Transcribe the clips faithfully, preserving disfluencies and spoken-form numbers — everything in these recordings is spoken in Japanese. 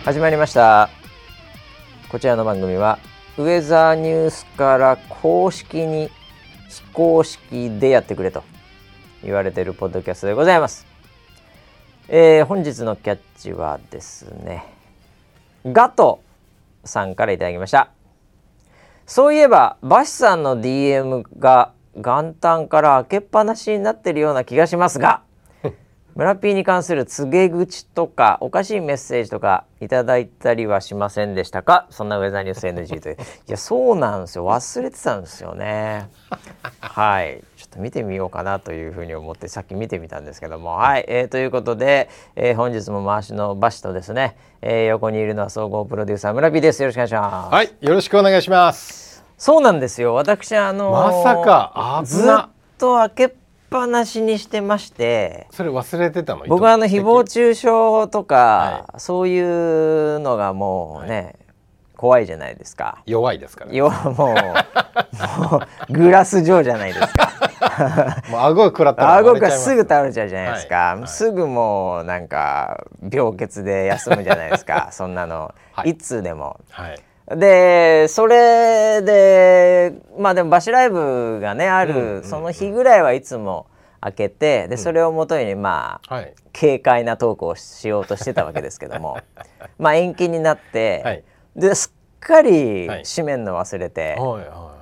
始まりました。こちらの番組はウェザーニュースから公式に非公式でやってくれと言われているポッドキャストでございます。えー、本日のキャッチはですね、ガトさんからいただきました。そういえばバシさんの ディーエム が元旦から開けっぱなしになっているような気がしますが村 P に関する告げ口とかおかしいメッセージとかいただいたりはしませんでしたか。そんなウェザーニュース エヌジー といういやそうなんですよ、忘れてたんですよねはい、ちょっと見てみようかなというふうに思ってさっき見てみたんですけども、はい、えー、ということで、えー、本日も回しのバシとですね、えー、横にいるのは総合プロデューサー村 P です。よろしくお願いします。 はい、よろしくお願いします。 そうなんですよ、私あのー、 まさか危なずっと開けっぱなしにしてまして、 それ忘れてたの。 僕はあの誹謗中傷とか、はい、そういうのがもうね、はい、怖いじゃないですか。 弱いですからね。 よもうもうグラス状じゃないですかもう顎食らったら顎がすぐ倒れちゃうじゃないですか、はいはい、すぐもうなんか病欠で休むじゃないですかそんなの、はい、いつでも、はい、でそれでまあでもバシライブがねある、うんうん、その日ぐらいはいつも開けて、でそれをもとにまあ、はい、軽快なトークをしようとしてたわけですけどもまあ延期になって、はい、ですっかり閉めんの忘れて、はい、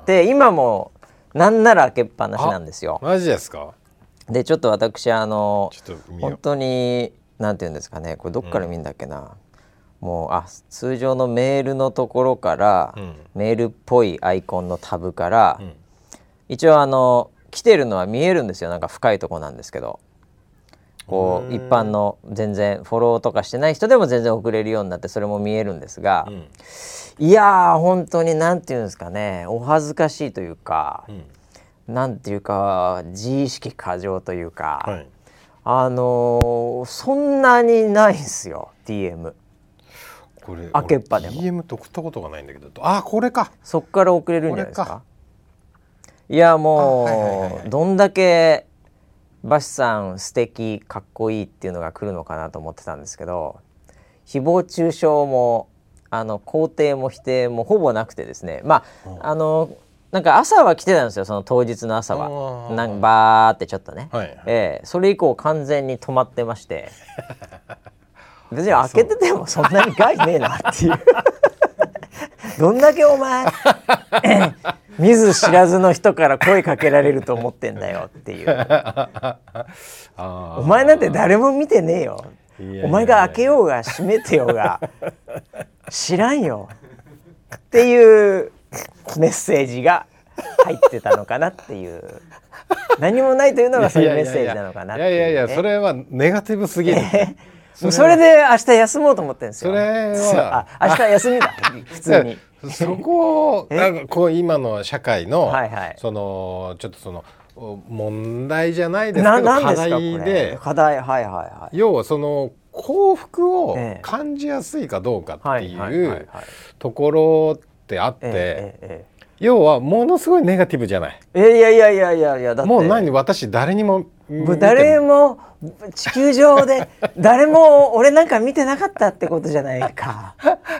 で今もなんなら開けっぱなしなんですよ。 マジですか。 でちょっと私あの本当になんていうんですかね、これどっから見るんだっけな、うん、もうあ通常のメールのところから、うん、メールっぽいアイコンのタブから、うん、一応あの来てるのは見えるんですよ。なんか深いとこなんですけど、こう一般の全然フォローとかしてない人でも全然送れるようになってそれも見えるんですが、うん、いやー本当になんていうんですかね、お恥ずかしいというか、うん、なんていうか自意識過剰というか、はい、あのー、そんなにないんですよ ディーエム。 これ開けっぱでもディーエム って送ったことがないんだけど、あこれか、 そっから送れるんじゃないですか。いやもう、はいはいはいはい、どんだけバシさん素敵かっこいいっていうのが来るのかなと思ってたんですけど、誹謗中傷もあの肯定も否定もほぼなくてですね、まあ、うん、あのなんか朝は来てたんですよ、その当日の朝はなんかバーってちょっとね、はいはい、えー、それ以降完全に止まってまして別に開けててもそんなに害ねえなっていうどんだけお前見ず知らずの人から声かけられると思ってんだよっていうあお前なんて誰も見てねえよ、いやいやいや、お前が開けようが閉めてようが知らんよっていうメッセージが入ってたのかなっていう、何もないというのがそういうメッセージなのかなっていう、ね、 いやいやいや、それはネガティブすぎるそれ, それで明日休もうと思ってるんですよ。 それはあ明日休みだ普通にそこをなんかこう今の社会の、 はいはい、 そのちょっとその問題じゃないですけど課題で、 課題、はいはいはい、 要はその幸福を感じやすいかどうかっていうところってあって、ええええええ、要はものすごいネガティブじゃない。 いやいやいやいやいやいや、だってもう何私誰にも誰も地球上で誰も俺なんか見てなかったってことじゃないか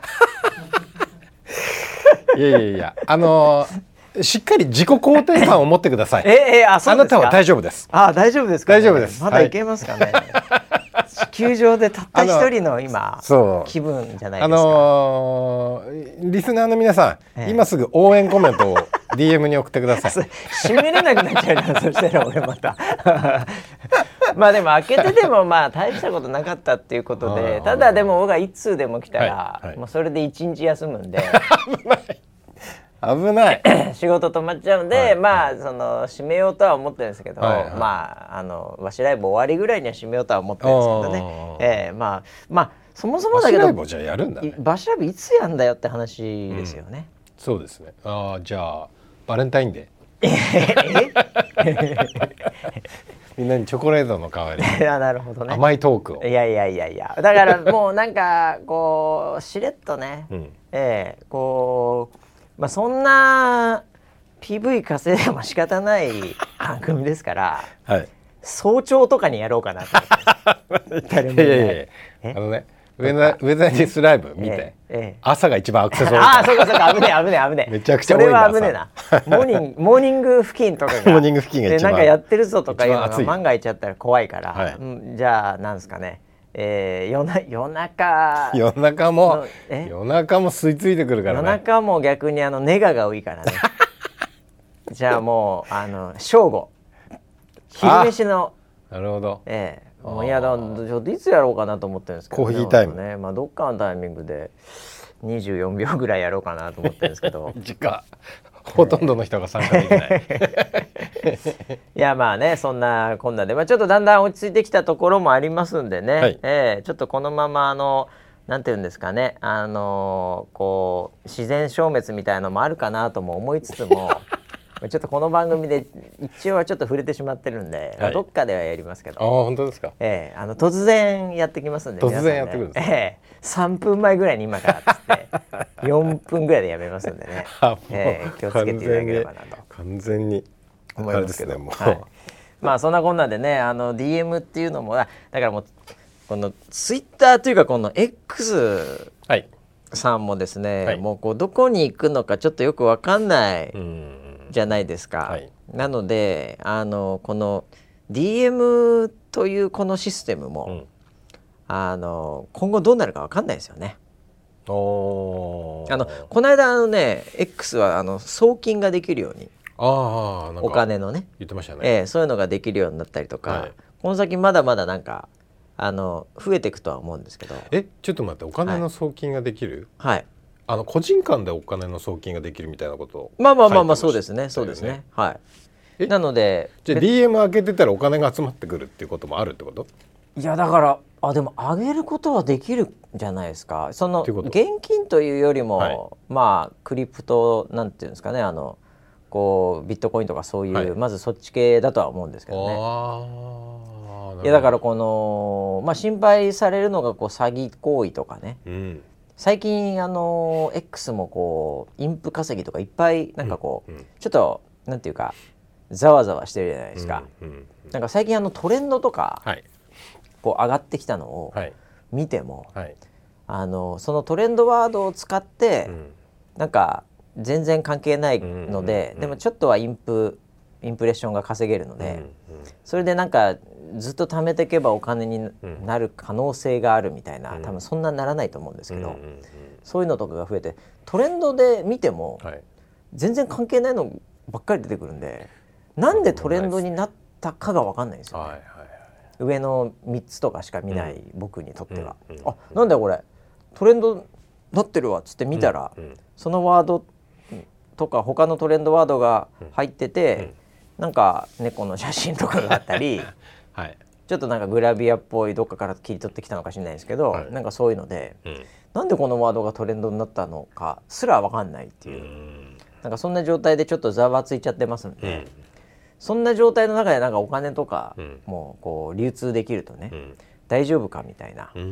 いやいやいや、あのー、しっかり自己肯定感を持ってくださいええ、あ、そうですか。 あなたは大丈夫です。 あ、大丈夫ですか、ね、 大丈夫です。 まだいけますかね、はい地球上でたった一人の今気分じゃないですか。あのー、リスナーの皆さん、ええ、今すぐ応援コメントを ディーエム に送ってください閉めれなくなっちゃうなそしたら俺またまあでも開けててもまあ大したことなかったっていうことで、ただでも僕が一通でも来たら、はいはい、もうそれで一日休むんで危ない仕事止まっちゃうんで、はい、まあその閉めようとは思ってるんですけど、はいはい、まああのワシライブ終わりぐらいには閉めようとは思ってるんですけどね、えー、まあまあそもそもだけどワシライブじゃやるんだね。 ワシライブいつやんだよって話ですよね、 うん、そうですね。あじゃあバレンタインデーみんなにチョコレートの代わりにあなるほど、ね、 甘いトークを。 いやいやいやいや、だからもうなんかこうしれっとね、うんえー、こうまあ、そんな ピーブイ 稼いでも仕方ない番組ですから、はい、早朝とかにやろうかなと思って誰もいない。 いやいやいやあのねウェザーウェザーニュースライブ見て、ええええ、朝が一番アクセス多いああそうかそうか危ねえ危ねえ危ねえめちゃくちゃ多いんだ。 それは危ねえなモーニングモーニング付近とかがモーニング付近が一番なんかやってるぞとかいうのが万が一あったら怖いから、はいうん、じゃあなんですかね、えー、夜な夜中夜中も夜中も吸い付いてくるからね。 夜中も逆にあのネガが多いからねじゃあもうあの正午昼飯のなるほど、 ええもういやだちょっといつやろうかなと思ってるんですけど、 ね、コーヒータイムね、まあ、どっかのタイミングでにじゅうよんびょうぐらいやろうかなと思ってるんですけど時間ほとんどの人が参加できないいやまあねそんなこんなで、まあ、ちょっとだんだん落ち着いてきたところもありますんでね、はいえー、ちょっとこのままあのなんていうんですかね、あのー、こう自然消滅みたいなのもあるかなとも思いつつもちょっとこの番組で一応はちょっと触れてしまってるんで、はいまあ、どっかではやりますけど、 あ本当ですか、 えー、あの突然やってきますんで、 突然やってくるんですか、 えー、さんぷんまえぐらいに今からっつってよんぷんぐらいでやめますんでね、えー、気をつけていただければなと完全に思いますけど、もう、はい、まあそんなこんなでねあの ディーエム っていうのもだからもうこのツイッターというかこの X さんもですね、はい、もうこうどこに行くのかちょっとよく分かんないじゃないですか、はい、なのであのこの ディーエム というこのシステムも、うん、あの今後どうなるか分かんないですよね。おあのこの間あのね X はあの送金ができるようにあなんかお金のね言ってましたね、 えー、そういうのができるようになったりとか、はい、この先まだまだなんかあの増えていくとは思うんですけど。 えちょっと待ってお金の送金ができる、 はい、はいあの個人間でお金の送金ができるみたいなことをまあまあまあまあそうですねそうですねはいなのでじゃあ ディーエム 開けてたらお金が集まってくるっていうこともあるってこと？ いやだからあでも上げることはできるじゃないですか。その現金というよりも、はい、まあクリプトなんていうんですかねあのこうビットコインとかそういう、はい、まずそっち系だとは思うんですけどね。あいやだからこの、まあ、心配されるのがこう詐欺行為とかね、うん最近あの X もこうインプ稼ぎとかいっぱいなんかこう、うんうん、ちょっとなんていうかざわざわしてるじゃないですか、うんうんうん、なんか最近あのトレンドとか、はい、こう上がってきたのを見ても、はい、あのそのトレンドワードを使って、うん、なんか全然関係ないので、うんうんうん、でもちょっとはインプインプレッションが稼げるので、うんうん、それでなんかずっと貯めていけばお金になる可能性があるみたいな、うん、多分そんなにならないと思うんですけど、うんうんうん、そういうのとかが増えてトレンドで見ても、はい、全然関係ないのばっかり出てくるんでなんでトレンドになったかが分かんないんですよね、はいはいはい、上のみっつとかしか見ない僕にとっては、うんうんうん、あなんだよこれトレンドなってるわっつって見たら、うんうん、そのワードとか他のトレンドワードが入ってて、うんうん、なんか猫の写真とかがあったりはい、ちょっとなんかグラビアっぽいどっかから切り取ってきたのかしれないですけど、はい、なんかそういうので、うん、なんでこのワードがトレンドになったのかすら分かんないっていう、うん、なんかそんな状態でちょっとざわついちゃってますんで、うん、そんな状態の中でなんかお金とかもこう流通できるとね、うん、大丈夫かみたいな、うん、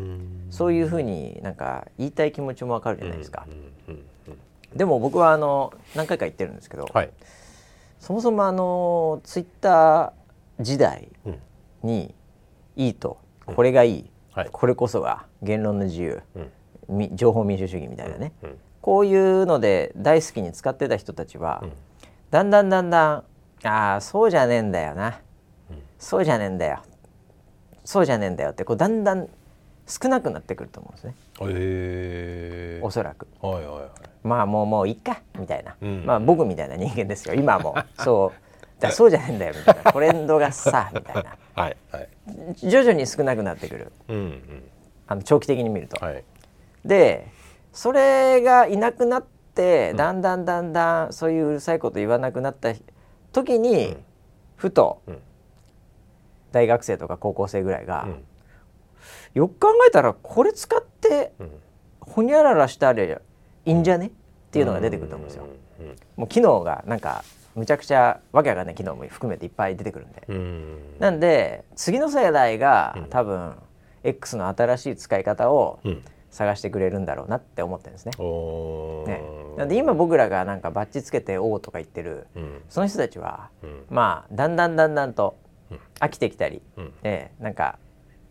そういうふうになんか言いたい気持ちも分かるじゃないですか、うんうんうんうん、でも僕はあの何回か言ってるんですけど、はい、そもそもあのツイッター時代にいいとこれがいい、うんはい、これこそが言論の自由、うん、情報民主主義みたいなね、うんうん、こういうので大好きに使ってた人たちは、うん、だんだんだんだんああそうじゃねえんだよな、うん、そうじゃねえんだよそうじゃねえんだよってこうだんだん少なくなってくると思うんですね、へーおそらく、はいはいはい、まあもうもういいかみたいな、うん、まあ僕みたいな人間ですよ今はもうそうだそうじゃねえんだよみたいなトレンドがさみたいなはい、はい、徐々に少なくなってくる、うんうん、あの長期的に見ると、はい、でそれがいなくなってだんだんだんだんそういううるさいこと言わなくなった時に、うん、ふと、うん、大学生とか高校生ぐらいが、うん、よく考えたらこれ使ってほにゃららしたらいいんじゃねっていうのが出てくると思うんですよ、うんうんうん、もう機能がなんかむちゃくちゃわけわかんない機能も含めていっぱい出てくるんで、うんなんで次の世代が多分 X の新しい使い方を探してくれるんだろうなって思ってるんですね、うんねなんで今僕らがなんかバッチつけておーとか言ってる、うん、その人たちは、うん、まあだんだんだんだんと飽きてきたり、うんえー、なんか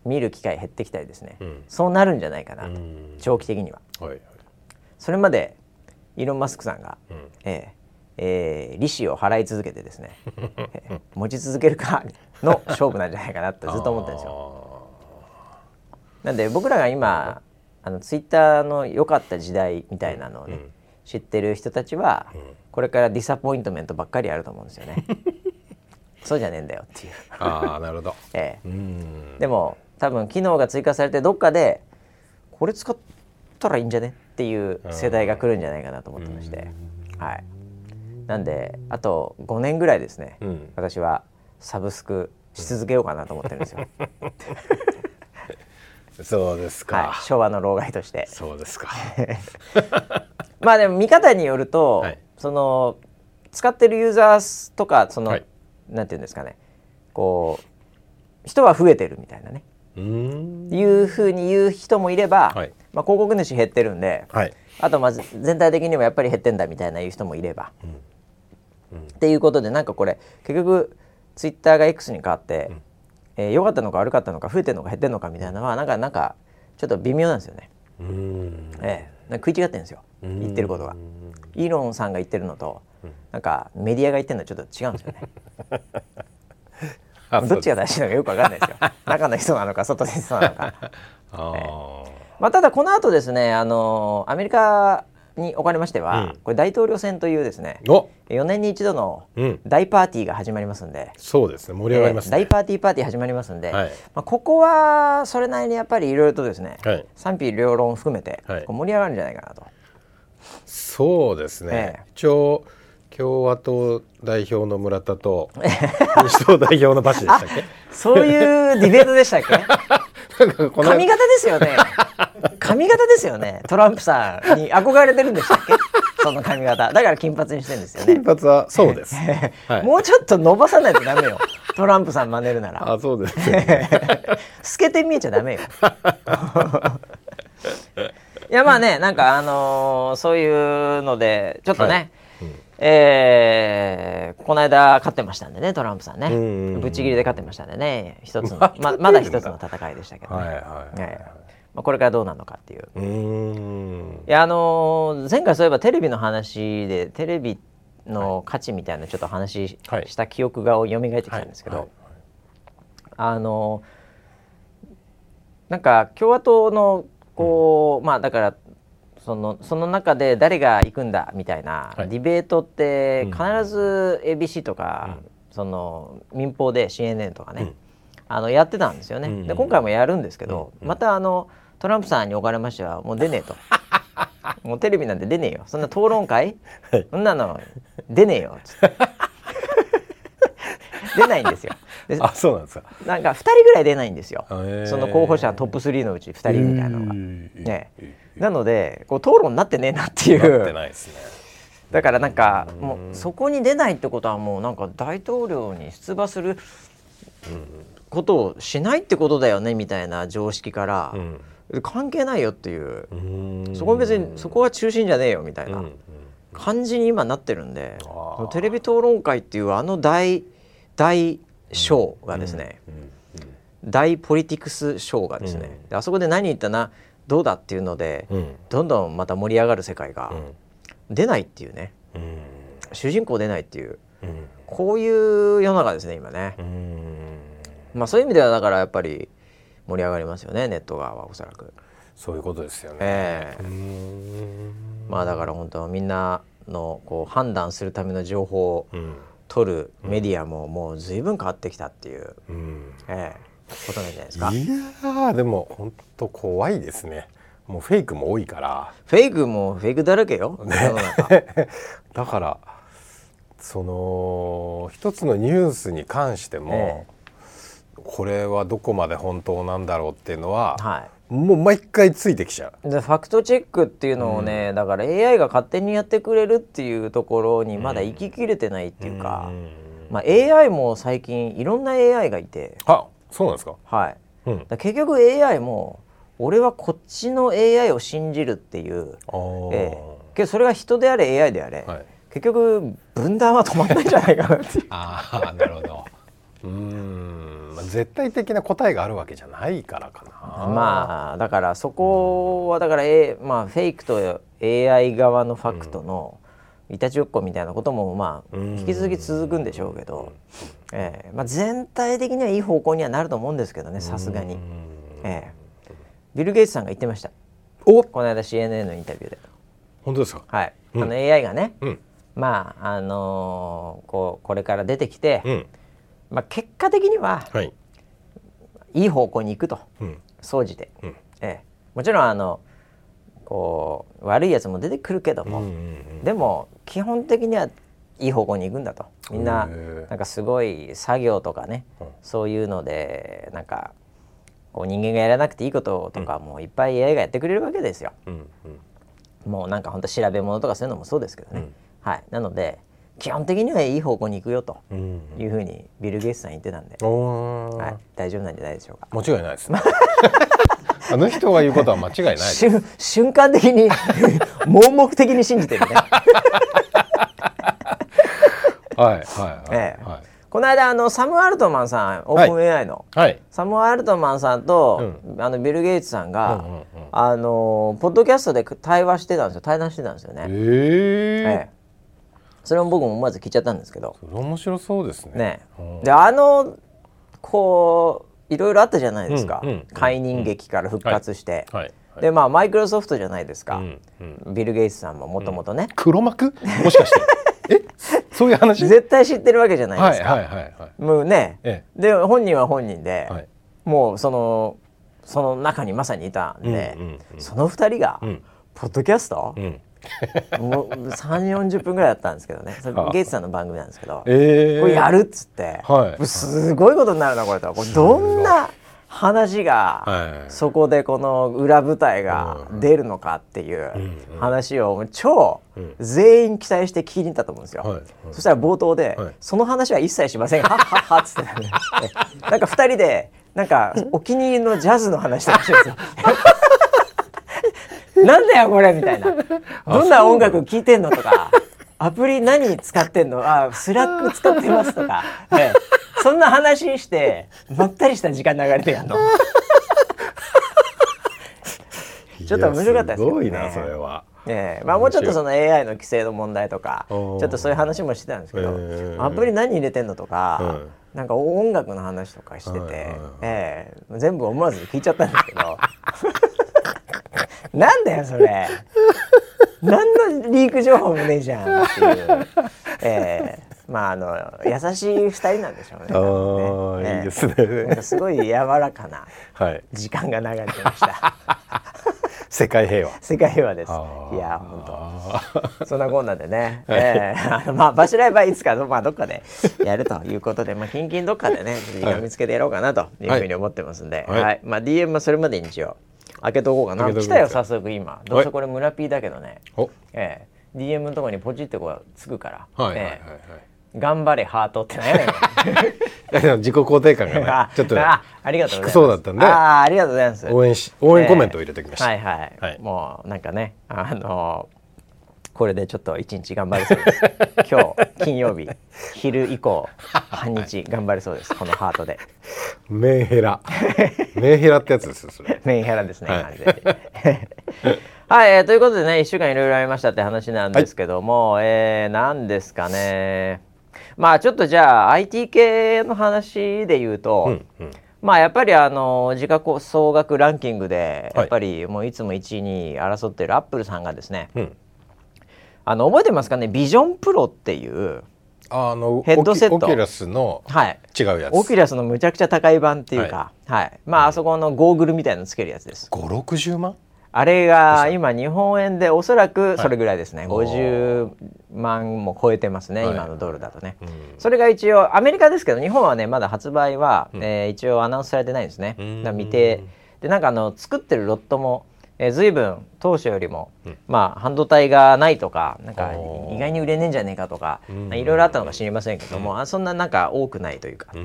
見る機会減ってきたりですね、うん、そうなるんじゃないかなと、うん、長期的には、はいはい、それまでイーロン・マスクさんが、うんえーえー、利子を払い続けてですね、えー、持ち続けるかの勝負なんじゃないかなとずっと思ってるんですよ。なんで僕らが今あのツイッターの良かった時代みたいなのをね、うん、知ってる人たちは、うん、これからディサポイントメントばっかりあると思うんですよねそうじゃねえんだよっていうああなるほど、 えー、うんでも多分機能が追加されてどっかでこれ使ったらいいんじゃねっていう世代が来るんじゃないかなと思ってまして、はい、なんであとごねんぐらいですね、うん、私はサブスクし続けようかなと思ってるんですよそうですか、 はい、昭和の老害として。 そうですかまあでも見方によると、はい、その使ってるユーザーとかその、はい、なんていうんですかねこう人は増えてるみたいなねうーんいうふうに言う人もいれば、はいまあ、広告主減ってるんで、はい、あとまず全体的にもやっぱり減ってんだみたいな言う人もいれば、うんうん、っていうことでなんかこれ結局ツイッターが X に変わって、うんえー、良かったのか悪かったのか増えてるのか減ってるのかみたいなのはなんかなんかちょっと微妙なんですよね。うーん、えー、なんか食い違ってるんですよ言ってることが。イーロンさんが言ってるのと、うん、なんかメディアが言ってるのはちょっと違うんですよねどっちが正しいのかよく分かんないですよ中の人なのか外の人なのかあ、えーまあ、ただこの後ですねあのアメリカにおかれましては、うん、これ大統領選というですねよねんに一度の大パーティーが始まりますんで、 うん、そうですね盛り上がりますね、 えー、大パーティーパーティー始まりますんで、はいまあ、ここはそれなりにやっぱりいろいろとですね、はい、賛否両論含めて、はい、こう盛り上がるんじゃないかなと。 そうですね、えー、一応共和党代表の村田と民主党代表のバシでしたっけそういうディベートでしたっけ髪型ですよね髪型ですよねトランプさんに憧れてるんでしたっけその髪型だから金髪にしてるんですよね。 金髪はそうです、 はい、もうちょっと伸ばさないとダメよトランプさん真似るなら。 あそうですね透けて見えちゃダメよいやまあねなんかあのー、そういうのでちょっとね、はいうんえー、この間勝ってましたんでねトランプさんね、うんうんうん、ぶっちぎりで勝ってましたんでね一つの ま, まだ一つの戦いでしたけどね、はいはいはいはいまあ、これからどうなるのかっていう。うーんいやあのー、前回そういえばテレビの話でテレビの価値みたいなちょっと話し、はい、した記憶が蘇ってきたんですけど、はいはいはい、あのー、なんか共和党のこう、うん、まあだからその、その中で誰が行くんだみたいなディベートって必ず エービーシー とか、うん、その民放で シーエヌエヌ とかね、うん、あのやってたんですよね、うんうん、で今回もやるんですけど、うんうん、またあのトランプさんにおかれましてはもう出ねえともうテレビなんて出ねえよそんな討論会、はい、そんなの出ねえよつって出ないんですよ。であそうなんですか。 なんかふたりぐらい出ないんですよ、その候補者トップスリーのうちふたりみたいなのが、ね、なのでこう討論になってねえなっていう。 なってないですね。 だからなんかもうそこに出ないってことはもうなんか大統領に出馬することをしないってことだよねみたいな常識から、うん、関係ないよっていう、うん、そこ別にそこが中心じゃねえよみたいな感じに今なってるんで、うん、テレビ討論会っていうあの大大ショーがですね、うんうんうん、大ポリティクスショーがですね、うん、であそこで何言ったなどうだっていうので、うん、どんどんまた盛り上がる世界が出ないっていうね、うん、主人公出ないっていう、うん、こういう世の中ですね今ね、うん、まあそういう意味ではだからやっぱり盛り上がりますよねネット側はおそらく。 そういうことですよね、 えー、うーんまあだから本当みんなのこう判断するための情報を取るメディアももう随分変わってきたっていう、うんえー、ことなんじゃないですか。 いやでも本当怖いですね。もうフェイクも多いから。 フェイクもフェイクだらけよ、ね、世の中だからその一つのニュースに関しても、えー、これはどこまで本当なんだろうっていうのは、はい、もう毎回ついてきちゃう。 でファクトチェックっていうのをね、うん、だから エーアイ が勝手にやってくれるっていうところにまだ行ききれてないっていうか、うんまあ、エーアイ も最近いろんな エーアイ がいて。 あ、そうなんですか。 はい、うん、だ結局 エーアイ も俺はこっちの エーアイ を信じるっていう、えー、けどそれが人であれ エーアイ であれ、はい、結局分断は止まんないんじゃないかなっていうああなるほどうーんまあ、絶対的な答えがあるわけじゃないからかな。 まあだからそこはだから、A まあ、フェイクと エーアイ 側のファクトのいたちごっこみたいなこともまあ引き続き続くんでしょうけど、えーまあ、全体的にはいい方向にはなると思うんですけどね、さすがに、えー、ビル・ゲイツさんが言ってました。おこの間 シーエヌエヌ のインタビューで。 本当ですか。 はい、うん、あの エーアイ がね、 うん、 まああのー、こうこれから出てきて、 うん、 まあ、結果的には、はい、いい方向に行くと、うん、総じて、うん、えー、もちろんあのこう悪いやつも出てくるけども、うんうんうん、でも基本的にはいい方向に行くんだと。みんななんかすごい作業とかね、うん、そういうのでなんかこう人間がやらなくていいこととかもいっぱい エーアイ がやってくれるわけですよ、うんうん、もうなんか本当調べ物とかそういうのもそうですけどね、うん、はい、なので基本的にはいい方向に行くよというふうにビル・ゲイツさん言ってたんで、うんうん、はい、大丈夫なんじゃないでしょうか。 間違いないですねあの人が言うことは間違いないです。 瞬, 瞬間的に盲目的に信じてるねはいはいはい、 ええ、はい、この間あのサム・アルトマンさん、オープン エーアイ の、はい、サム・アルトマンさんと、うん、あのビル・ゲイツさんが、うんうんうん、あのポッドキャストで対話してたんですよ、対談してたんですよね。へー、ええ、それも僕も思わず聞いちゃったんですけど。 それ面白そうですね。 ね、であのこういろいろあったじゃないですか、うんうん、解任劇から復活して、はいはいはい、でまあマイクロソフトじゃないですか、うんうん、ビル・ゲイツさんももともとね、うん、 黒幕もしかしてえそういう話絶対知ってるわけじゃないですか、 はいはいはいはい、 もうね、ええ、で本人は本人で、はい、もうそのその中にまさにいたんで、うんうんうん、そのふたりが、うん、ポッドキャスト、うん、もうさんじゅうよんじゅっぷんぐらいだったんですけどね、それゲイツさんの番組なんですけど、えー、これやるっつって、はい、すごいことになるなこれと、これどんな話が、はい、そこでこの裏舞台が出るのかっていう話を超全員期待して聞きに行ったと思うんですよ、はいはい、そしたら冒頭で、はい、その話は一切しませんはっはっはっつってねなんかふたりでなんかお気に入りのジャズの話とかしてるんですよなんだよこれみたいな、どんな音楽聴いてんのとか、アプリ何使ってんの、あスラック使ってますとか、ね、そんな話してまったりした時間流れてやんのちょっと面白かったですけどね。すごいなそれは。ね、まあ、もうちょっとその エーアイ の規制の問題とかちょっとそういう話もしてたんですけど、えー、アプリ何入れてんのとか、うん、なんか音楽の話とかしてて、うんえー、全部思わず聞いちゃったんですけどなんだよそれ何のリーク情報もねえじゃんっていう、えー、まああの優しいふたりなんでしょうね。 あ、ね、いいですね、えー、 なんかすごい柔らかな時間が流れてました、はい世界平和世界平和です。いや本当そんなこんなでね、えー、あのまあバシライブはいつか、まあ、どっかでやるということで、まあ、近々どっかでね時間見つけてやろうかなというふうに思ってますんで、はいはい、まあ、ディーエム はそれまでに一応開けとこうかな。来たよ早速今、どうせこれ村 P だけどね、えー、ディーエム のところにポチってこうつくから、はいはいはいはい、頑張れハートって何やねん自己肯定感がねちょっと低そうだったんで、 あありがとうございます。 応援し応援コメントを入れてきました、 えー、はいはい、はい、もうなんかねあのー、これでちょっと一日頑張れそうです今日金曜日昼以降半日頑張れそうですこのハートでメンヘラメンヘラってやつですよそれメンヘラですね、はい、完全にはい、えー、ということでねいっしゅうかんいろいろありましたって話なんですけども、はい、えー、何ですかね、まあちょっとじゃあ アイティー 系の話で言うと、うんうん、まあやっぱりあの時価総額ランキングでやっぱりもういつもいちいに争っているアップルさんがですね、うん、あの覚えてますかね、ビジョンプロっていうあのヘッドセット、 オキュラスの違うやつ、はい、 オキュラスのむちゃくちゃ高い版っていうか、はいはい、まああそこのゴーグルみたいなのつけるやつです。 ごじゅうろくじゅうまんあれが今日本円でおそらくそれぐらいですね、はい、ごじゅうまんも超えてますね、はい、今のドルだとね、うん、それが一応アメリカですけど日本はねまだ発売は、うん、えー、一応アナウンスされてないんですね、うん、だから未定で、なんかあの作ってるロットも、えー、随分当初よりも、うん、まあ半導体がないとかなんか意外に売れねえんじゃねえかとかいろいろあったのか知りませんけども、うん、そんななんか多くないというか、うん、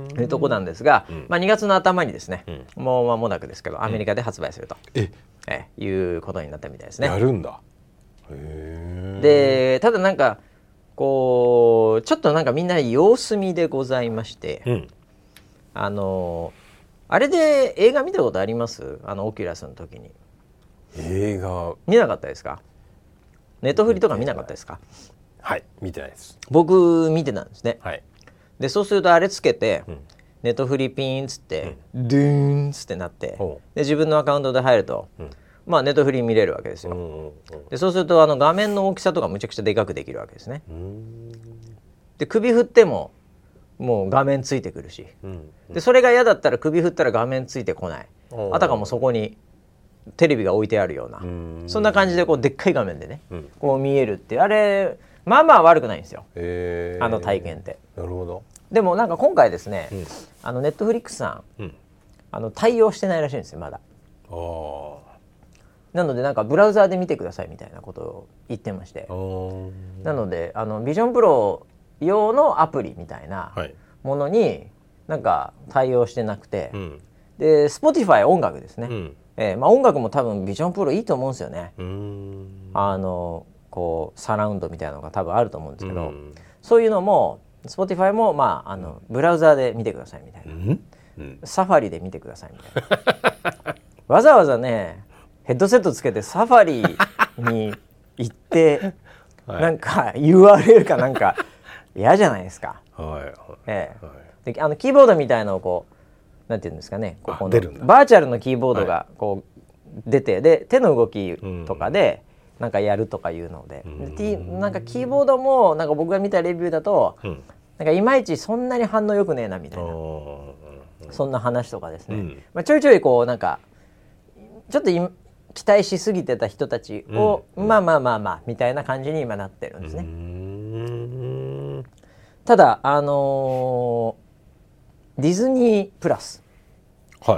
いうとこなんですが、うん、まあ、にがつの頭にですね、うん、もう間もなくですけどアメリカで発売すると、うん、ええいうことになったみたいですね。 やるんだ。へでただなんかこうちょっとなんかみんな様子見でございまして、うん、 あのあれで映画見たことあります？あのオキュラスの時に。 映画見なかったですか？ネットフリとか見なかったですか？ はい、見てないです。 僕見てたんですね。 はい。 でそうするとあれつけて、 うん、 ネットフリピーンつって、うん、ドゥーンつってなって、 うん、 で自分のアカウントで入ると、うん、まあネットフリ見れるわけですよ、うんうんうん、でそうするとあの画面の大きさとかむちゃくちゃでかくできるわけですね。うん、で首振ってももう画面ついてくるし、うんうん、でそれが嫌だったら首振ったら画面ついてこない、うん、あたかもそこにテレビが置いてあるような、うん、そんな感じでこうでっかい画面でね、うん、こう見えるっていう、あれまあまあ悪くないんですよ、えー、あの体験って。なるほど。でもなんか今回ですね、うん、あのネットフリックスさん、うん、あの対応してないらしいんですよまだ。あなのでなんかブラウザーで見てくださいみたいなことを言ってまして、なのであのビジョンプロ用のアプリみたいなものになんか対応してなくて、はい、で Spotify 音楽ですね、うんえーまあ、音楽も多分ビジョンプロいいと思うんですよね。うーんあのこうサラウンドみたいなのが多分あると思うんですけど、うん、そういうのも Spotify も、まあ、あのブラウザーで見てくださいみたいな、うんうん、サファリで見てくださいみたいなわざわざねヘッドセットつけてサファリに行って、はい、なんか ユーアールエル かなんか嫌じゃないですか、はいはいええはい、であのキーボードみたいのをこうなんていうんですかね、ここのバーチャルのキーボードがこう出て、はい、で手の動きとかでなんかやるとかいうので、うん、でなんかキーボードもなんか僕が見たレビューだと、うん、なんかいまいちそんなに反応良くねえなみたいな、うん、そんな話とかですね、うんまあ、ちょいちょいこうなんかちょっと期待しすぎてた人たちを、うん、まあまあまあまあみたいな感じに今なってるんですね。うんただあのー、ディズニープラス、はい、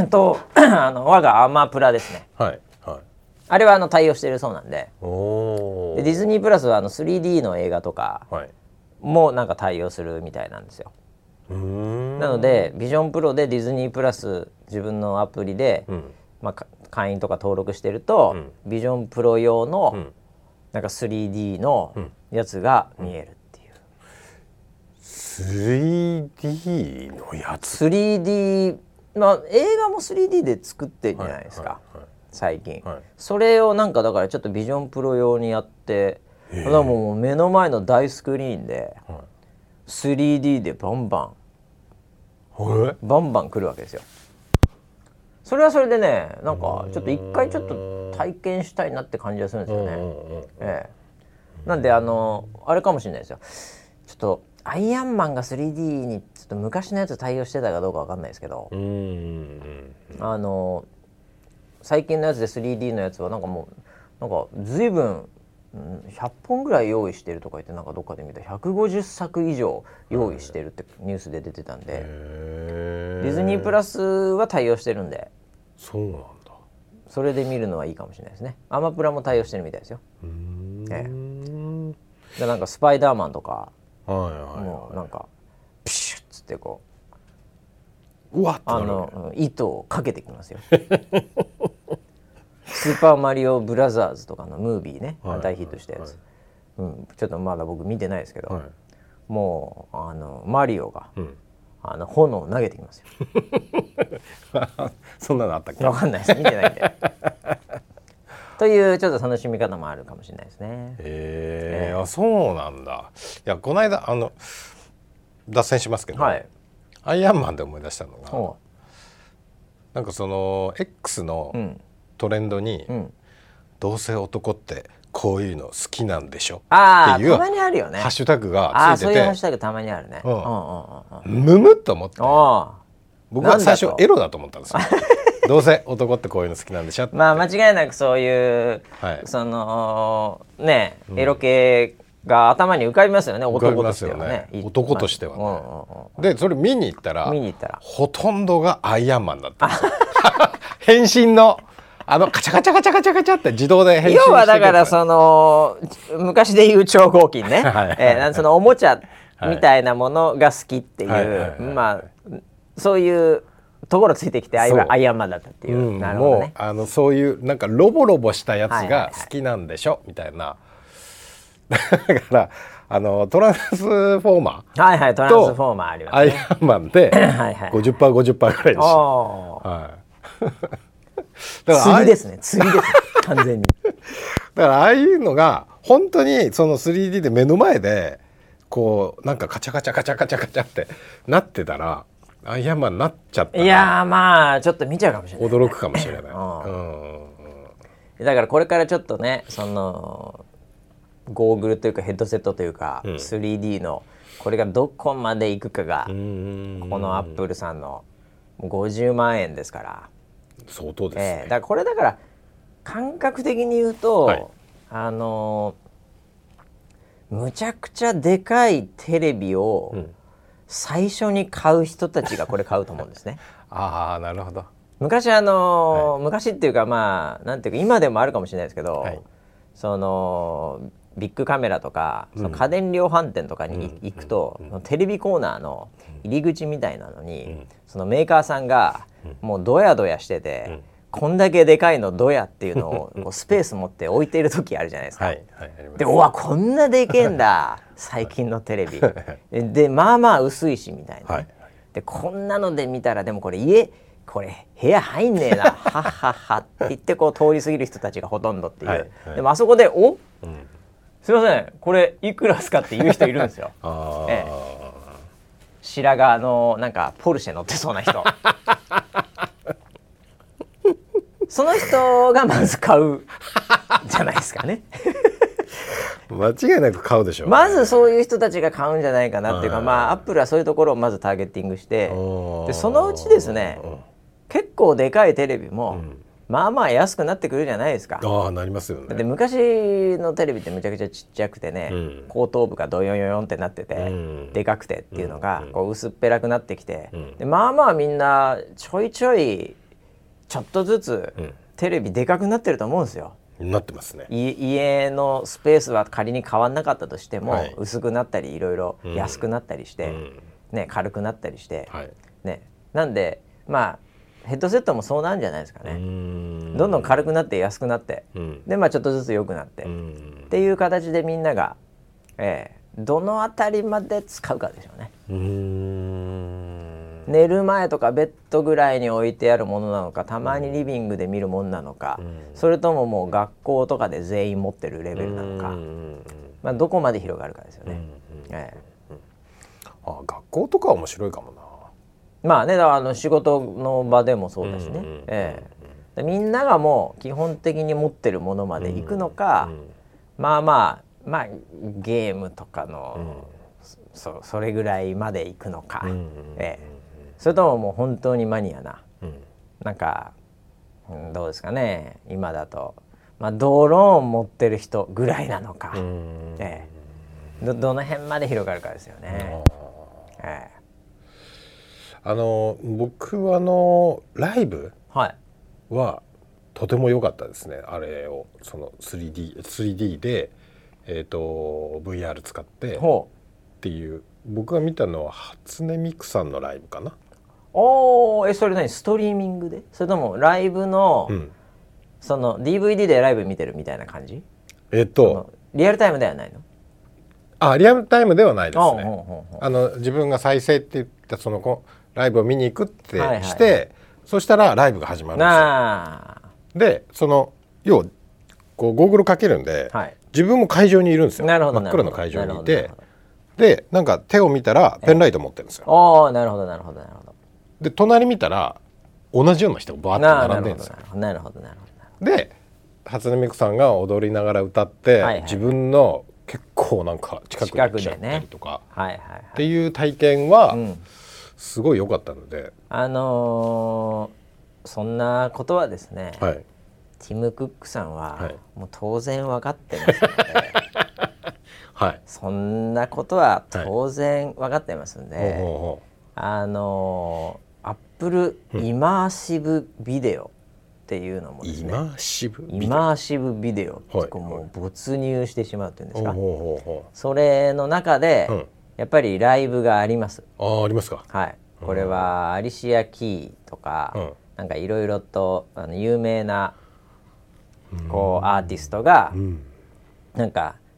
とあの我がアマプラですね、はいはい、あれはあの対応しているそうなんで、おでディズニープラスはあの スリーディー の映画とかもなんか対応するみたいなんですよ。うーんなのでビジョンプロでディズニープラス自分のアプリで、うんまあ、会員とか登録してると、うん、ビジョンプロ用の、うん、なんか スリーディー のやつが見えるっていう、うん、 スリーディー のやつスリーディー、まあ、映画も スリーディー で作ってるんじゃないですか、はいはいはい、最近、はい、それをなんかだからちょっとビジョンプロ用にやって、だからもう目の前の大スクリーンで、はい、スリーディー でバンバンバンバン来るわけですよ。それはそれでね、なんかちょっと一回ちょっと体験したいなって感じがするんですよね、ええ、なんであのあれかもしれないですよ、ちょっとアイアンマンが スリーディー にちょっと昔のやつ対応してたかどうかわかんないですけど、うんうんうん、あの最近のやつで スリーディー のやつはなんかもうなんか随分ひゃっぽんぐらい用意してるとか言って、なんかどっかで見たひゃくごじゅっさく以上用意してるってニュースで出てたんで、ディズニープラスは対応してるんで、 そうなんだ、 それで見るのはいいかもしれないですね。アマプラも対応してるみたいですよ。うーん、ええ、でなんかスパイダーマンとか、はいはいはい、もうなんかピシュッつってこう、うわっあの糸をかけてきますよスーパーマリオブラザーズとかのムービーね、はい、大ヒットしたやつ、はいうん、ちょっとまだ僕見てないですけど、はい、もうあのマリオが、うん、あの炎を投げてきますよそんなのあったっけ？ 分かんないです、見てないんでというちょっと楽しみ方もあるかもしれないですね。 へえー、あ、そうなんだ。いやこの間あの脱線しますけど、はい、アイアンマンで思い出したのが、なんかその X の、うんトレンドに、うん、どうせ男ってこういうの好きなんでしょっていうたまにあるよね、 ハッシュタグがついてて、 あ、そういうハッシュタグたまにあるね、うんうんうん、むむっと思って、僕は最初エロだと思ったんですよどうせ男ってこういうの好きなんでしょって、 まあ間違いなくそういう、はい、そのねエロ系が頭に浮かびますよね、うん、男としてはね、 男としてはね、うんうんうん、でそれ見に行ったら見に行ったらほとんどがアイアンマンだったんですよ変身のあのカチャカチャカチャカチャカチャって自動で変身してくる。要はだからその昔でいう超合金ね、はいはいはい、えー、そのおもちゃみたいなものが好きっていう、はいはいはいはい、まあそういうところついてきてアイアンマンだったっていう、うん、なるほどね。 もうあのそういうなんかロボロボしたやつが好きなんでしょ、はいはいはい、みたいなだからあのトランスフォーマーはいはいトランスフォーマーありますね。 アイアンマンではいはいごじゅっパーセントごじゅっパーセント ぐらいでした。はい釣りですね釣りですね完全に。 だからああいうのが本当にその スリーディー で目の前でこうなんかカチャカチャカチャカチャカチャってなってたらアイアンマンになっちゃったらいやまあちょっと見ちゃうかもしれない、ね、 驚くかもしれない、 うんうんうん、だからこれからちょっとねそのゴーグルというかヘッドセットというか、うん、スリーディー のこれがどこまでいくかがこのアップルさんのごじゅうまんえんですから相当ですね、 えー、だからこれだから感覚的に言うと、はい、あのー、むちゃくちゃでかいテレビを最初に買う人たちがこれ買うと思うんですね。 ああなるほど。 昔あのーはい、昔っていうかまあなんていうか今でもあるかもしれないですけど、はい、そのビッグカメラとか、うん、その家電量販店とかに行くと、うん、テレビコーナーの入り口みたいなのに、うん、そのメーカーさんがもうドヤドヤしてて、うん、こんだけでかいのドヤっていうのをこうスペース持って置いている時あるじゃないですか。はいはい、でうわこんなでけえんだ最近のテレビでまあまあ薄いしみたいな、ねはい、でこんなので見たらでもこれ家これ部屋入んねえなはっはっはって言ってこう通り過ぎる人たちがほとんどっていう、はいはい、でもあそこでお、うんすいませんこれいくらですかって言う人いるんですよ。あ、ええ、白髪のなんかポルシェ乗ってそうな人その人がまず買うじゃないですかね間違いなく買うでしょう、ね、 まずそういう人たちが買うんじゃないかなっていうか、まあアップルはそういうところをまずターゲッティングしてでそのうちですね結構でかいテレビも、うんまあまあ安くなってくるじゃないですか。 ああなりますよね。 で昔のテレビってむちゃくちゃちっちゃくてね、うん、後頭部がドヨヨヨンってなってて、うん、でかくてっていうのが、うん、こう薄っぺらくなってきて、うん、でまあまあみんなちょいちょいちょっとずつ、うん、テレビでかくなってると思うんですよ。 なってますね。 家のスペースは仮に変わんなかったとしても、はい、薄くなったりいろいろ安くなったりして、うんね、軽くなったりして、はいね、なんでまあヘッドセットもそうなんじゃないですかね。どんどん軽くなって安くなって、うん、でまあちょっとずつ良くなってっていう形でみんなが、えー、どのあたりまで使うかでしょうね。うーん寝る前とかベッドぐらいに置いてあるものなのかたまにリビングで見るものなのか、それとももう学校とかで全員持ってるレベルなのか、まあ、どこまで広がるかですよね。えー、あ学校とかは面白いかもな。 まあね、だからあの仕事の場でもそうだしね、うんうんええ、みんながもう基本的に持ってるものまで行くのか、うんうん、まあまあまあゲームとかの、うん、そ, それぐらいまで行くのか、うんうんええ、それとももう本当にマニアな、うん、なんか、うん、どうですかね今だと、まあ、ドローン持ってる人ぐらいなのか、うんええ、ど, どの辺まで広がるかですよね。ええあの僕はあのライブはとても良かったですね。あれをその スリーディー, スリーディー で、えー、と ブイアール 使ってっていう僕が見たのは初音ミクさんのライブかな。 おーえそれ何ストリーミングでそれともライブの、うん、その ディーブイディー でライブ見てるみたいな感じ？ えっとリアルタイムではないの？ あリアルタイムではないですね。あの自分が再生って言ったそのライブを見に行くってして、はいはい、そしたらライブが始まるんですよ。でその要はこうゴーグルかけるんで、はい、自分も会場にいるんですよ。真っ暗の会場にいてでなんか手を見たらペンライト持ってるんですよ。 おーなるほどなるほどなるほど。 で隣見たら同じような人がバーッと並んでるんですよ。 なるほどなるほど。 で初音ミクさんが踊りながら歌って、はいはい、自分の結構なんか近くに来ちゃったりとか、ねはいはいはい、っていう体験は、うんすごい良かったのであのー、そんなことはですね、はい、ティム・クックさんは、はい、もう当然分かってますので、はい、そんなことは当然分かってますんで、はい、あのー、アップルイマーシブビデオっていうのもですね、 イマーシブビデオ、イマーシブビデオってこうもう没入してしまうっていうんですか、はいはい、それの中で、うんやっぱりライブがあります。 あ、ありますか。 はい。これはアリシア・キーとか、うん、なんかいろいろとあの有名なこうアーティストが、うん、なんか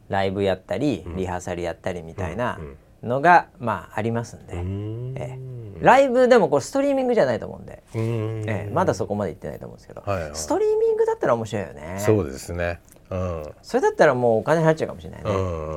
ライブやったり、うん、リハーサルやったりみたいなのが、うん、まあありますんで、うん、えー、ライブでもこうストリーミングじゃないと思うんで、うん、えー、まだそこまで行ってないと思うんですけど、はいはい、ストリーミングだったら面白いよね。 そうですね、うん、 それだったらもうお金入っちゃうかもしれないね、うん、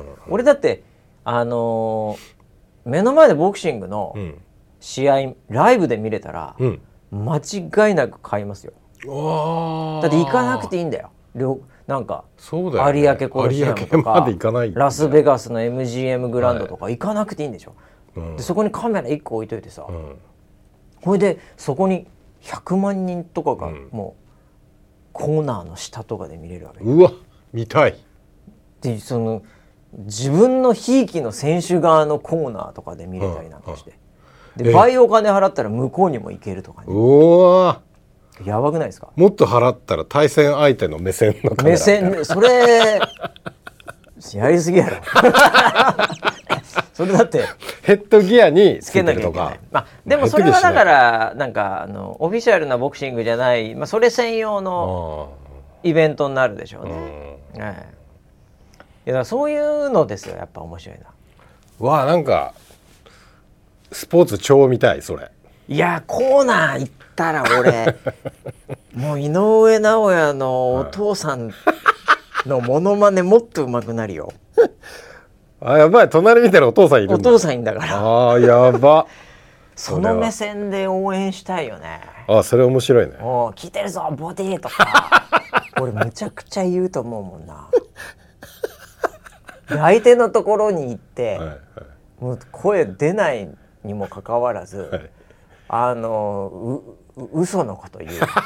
俺だってあのー、目の前でボクシングの試合、うん、ライブで見れたら、うん、間違いなく買いますよ。だって行かなくていいんだよ。なんかそうだよ、ね、 有明コロシアムとかラスベガスの エムジーエム グランドとか行かなくていいんでしょ、はい、でそこにカメラいっこ置いといてさ、うん、これでそこにひゃくまんにんとかがもうコーナーの下とかで見れるわけ、 うわ見たい。 でその自分のひいきの選手側のコーナーとかで見れたりなんかして、うん、で倍お金払ったら向こうにも行けるとかね。 うわやばくないですか。 もっと払ったら対戦相手の目線のカメラ目線それやりすぎやろそれだってヘッドギアにつけてるとか、 まあ、でもそれはだからなんかあのオフィシャルなボクシングじゃない、まあ、それ専用のイベントになるでしょうね、うん、はい、いやそういうのですよやっぱ面白いな。 わあなんかスポーツ超見たいそれ。 いやコーナー行ったら俺もう井上尚弥のお父さんのモノマネもっと上手くなるよあやばい隣見たらお父さんいるんだ。 お父さんいんだからあやばその目線で応援したいよね。 あそれ面白いね。 お聞いてるぞボディとか俺むちゃくちゃ言うと思うもんなで相手のところに行って、はいはい、もう声出ないにもかかわらず、はい、あのう嘘のこと言う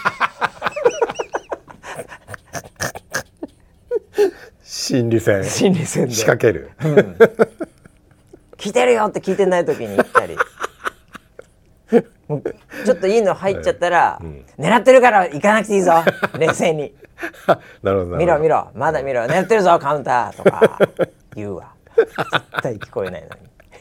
心理戦心理戦で仕掛ける、うん、 聞いてるよって聞いてない時に言ったりもうちょっといいの入っちゃったら、はいうん、狙ってるから行かなくていいぞ冷静になるほど見ろ見ろまだ見ろ狙ってるぞカウンターとか言うわ絶対聞こえないのに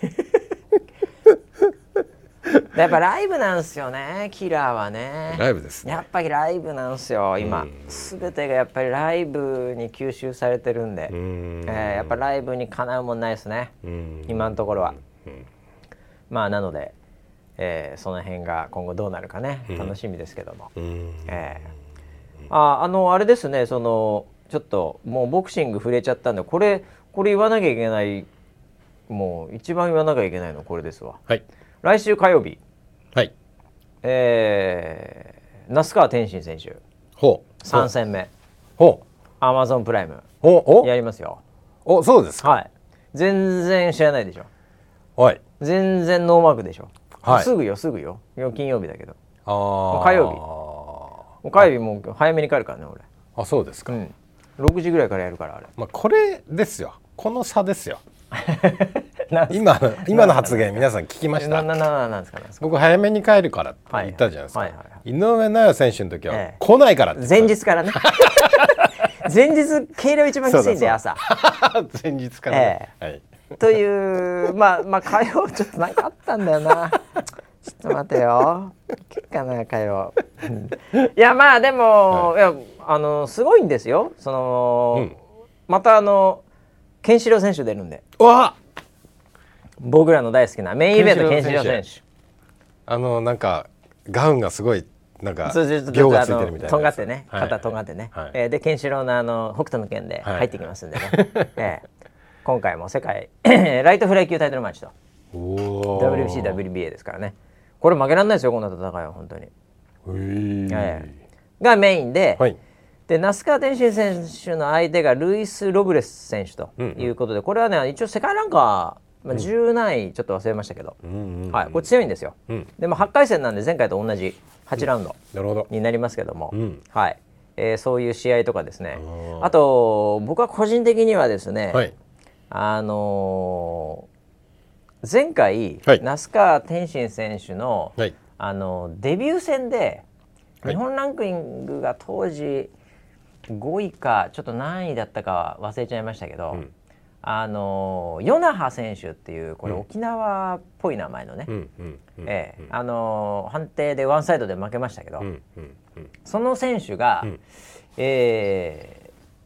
やっぱライブなんですよねキラーはね。 ライブですね。 やっぱりライブなんですよ今全てがやっぱりライブに吸収されてるんで、うん、えー、やっぱライブにかなうもんないですね今のところは。まあなので、えー、その辺が今後どうなるかね楽しみですけども、えー、ああのあれですねそのちょっともうボクシング触れちゃったんでこれこれ言わなきゃいけないもう一番言わなきゃいけないのこれですわ。 はい来週火曜日、 はい、 えー、那須川天心選手ほうさん戦目ほうアマゾンプライムおおやりますよ。 おそうですか。 はい全然知らないでしょ。 はい全然ノーマークでしょ、 はい、 すぐよすぐよ金曜日だけどあ火曜日もう火曜日もう早めに帰るからね俺。 あそうですか、うん、 ろくじぐらいからやるからあれ、 まあ、これですよこの差ですよ今の今の発言皆さん聞きました。 ななななんですかね。 僕早めに帰るからって言ったじゃないですか、はいはいはいはい、井上尚弥選手の時は来ないからって前日からね前日計量一番きついんで朝前日から、ねえーはい、 というまあまあ火曜ちょっとなんかあったんだよなちょっと待てよ結かな火曜いやまあでも、はい、いやあのすごいんですよその、うん、またあのケンシロウ選手出るんで。 うわ僕らの大好きなメインイベントケンシロウ選手あのなんかガウンがすごいなんか秒がついてるみたいなとんがってね肩とんがってね、はいえー、でケンシロウのあの北斗の拳で入ってきますんでね、はいえー、今回も世界ライトフライ級タイトルマッチと ダブリュービーシー ダブリュービーエー ですからねこれ負けられないですよこんな戦いは本当に、えー、がメインで、はいで那須川天心選手の相手がルイス・ロブレス選手ということで、うんうん、これはね一応世界ランカー、まあ、じゅう何位ちょっと忘れましたけど、うんうんうん、はい、これ強いんですよ、うん、でもはちかい戦なんで前回と同じはちラウンドになりますけども、うん、はいえー、そういう試合とかですね あ, あと僕は個人的にはですね、はい、あのー、前回、はい、那須川天心選手の、はい、あのデビュー戦で日本ランクイングが当時ごいかちょっと何位だったか忘れちゃいましたけど、うん、あの与那覇選手っていうこれ沖縄っぽい名前のね、うんうんええ、あの判定でワンサイドで負けましたけど、うんうんうん、その選手が、うんえー、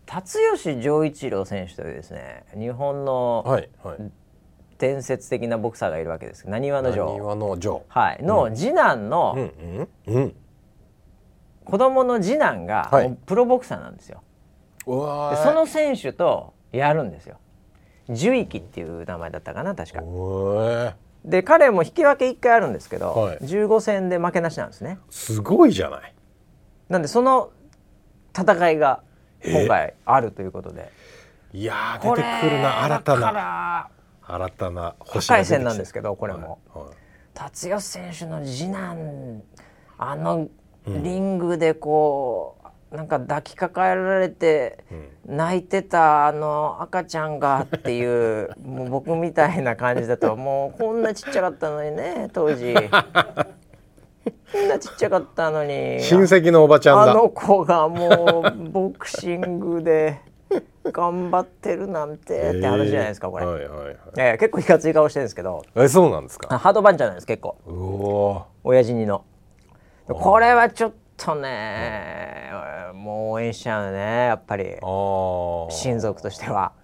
辰吉丈一郎選手というですね、日本の伝説的なボクサーがいるわけです。なにわの丈、なにわの丈、はい、の次男の、うんうんうん、子供の次男が、はい、プロボクサーなんですよ。うわでその選手とやるんですよ。樹域っていう名前だったかな確か。で彼も引き分けいっかいあるんですけど、はい、じゅうごせんで負けなしなんですね。 すごいじゃない。 なんでその戦いが今回あるということで、 いやー出てくるな、新たな新たな星が出てきて、高い線なんですけどこれも、はいはい、辰吉選手の次男あのリングでこう、うん、なんか抱きかかえられて泣いてたあの赤ちゃんがっていうもう僕みたいな感じだともうこんなちっちゃかったのにね当時こんなちっちゃかったのに親戚のおばちゃんだ。 あの子がもうボクシングで頑張ってるなんてって話じゃないですかこれ、はいはいはい、えー、結構いかつい顔してるんですけど、 えそうなんですか。 ハードバンチャーなんです結構。うお親父にのこれはちょっとね、うん、もう応援しちゃうねやっぱり親族としては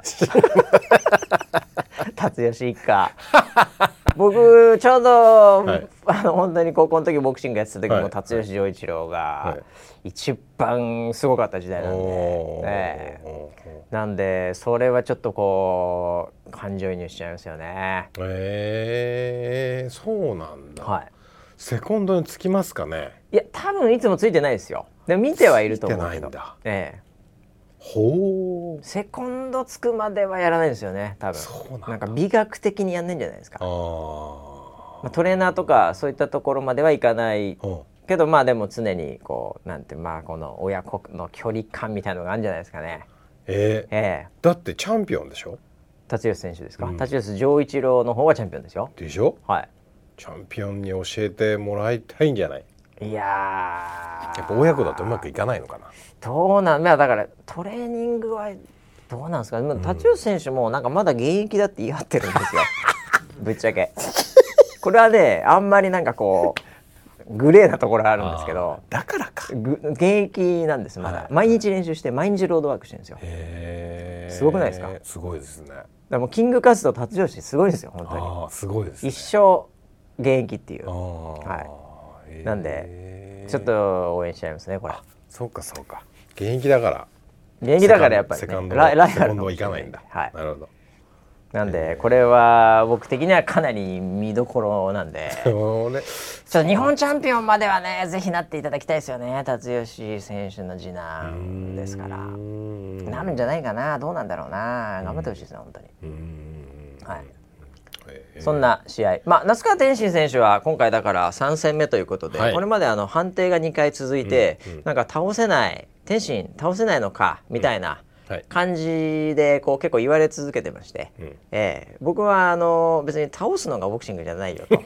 辰吉一家僕ちょうど、はい、あの本当に高校の時ボクシングやってた時も、はい、辰吉丈一郎が一番すごかった時代なんで、ね、なんでそれはちょっとこう感情移入しちゃいますよね。 えー、そうなんだ、はい、セコンドにつきますかね。 いや多分いつもついてないですよ。でも見てはいると思うけど。ついてないんだ、ええ、 ほう。 セコンドつくまではやらないですよね多分。そうなんだ。なんか美学的にやんないんじゃないですか。あ、まあ、トレーナーとかそういったところまではいかないけど、まあでも常にこうなんてまあこの親子の距離感みたいなのがあるんじゃないですかね。えーえー、だってチャンピオンでしょ。 辰吉選手ですか。辰吉、うん、丈一郎の方はチャンピオンですよ。 でしょ。 はい。 チャンピオンに教えてもらいたいんじゃない。 いややっぱ親子だとうまくいかないのかな。 どうなんだからトレーニングはどうなんですか。辰吉選手もなんかまだ現役だって言い張ってるんですよぶっちゃけこれはねあんまりなんかこうグレーなところがあるんですけど、 だからか現役なんですまだ、はい、毎日練習して毎日ロードワークしてるんですよ。へー、すごくないですか。 すごいですね。 でもキングカズと辰吉すごいですよ本当に。 あすごいですね。 一生現役っていう、はい、なんでちょっと応援しちゃいますねこれ。 そうかそうか、現役だから現役だからやっぱり、ね、 セカンドライバルセカンドはいかないんだ、はい、なるほど。 なんでこれは僕的にはかなり見どころなんでちょっと日本チャンピオンまではねぜひなっていただきたいですよね。辰吉選手の次男ですからなるんじゃないかな。どうなんだろうな。頑張ってほしいですね本当に。うーん、はい、そんな試合、まあ、那須川天心選手は今回だからさん戦目ということで、はい、これまであの判定がにかい続いて、うんうん、なんか倒せない天心倒せないのかみたいな感じでこう結構言われ続けてまして、うんえー、僕はあの別に倒すのがボクシングじゃないよと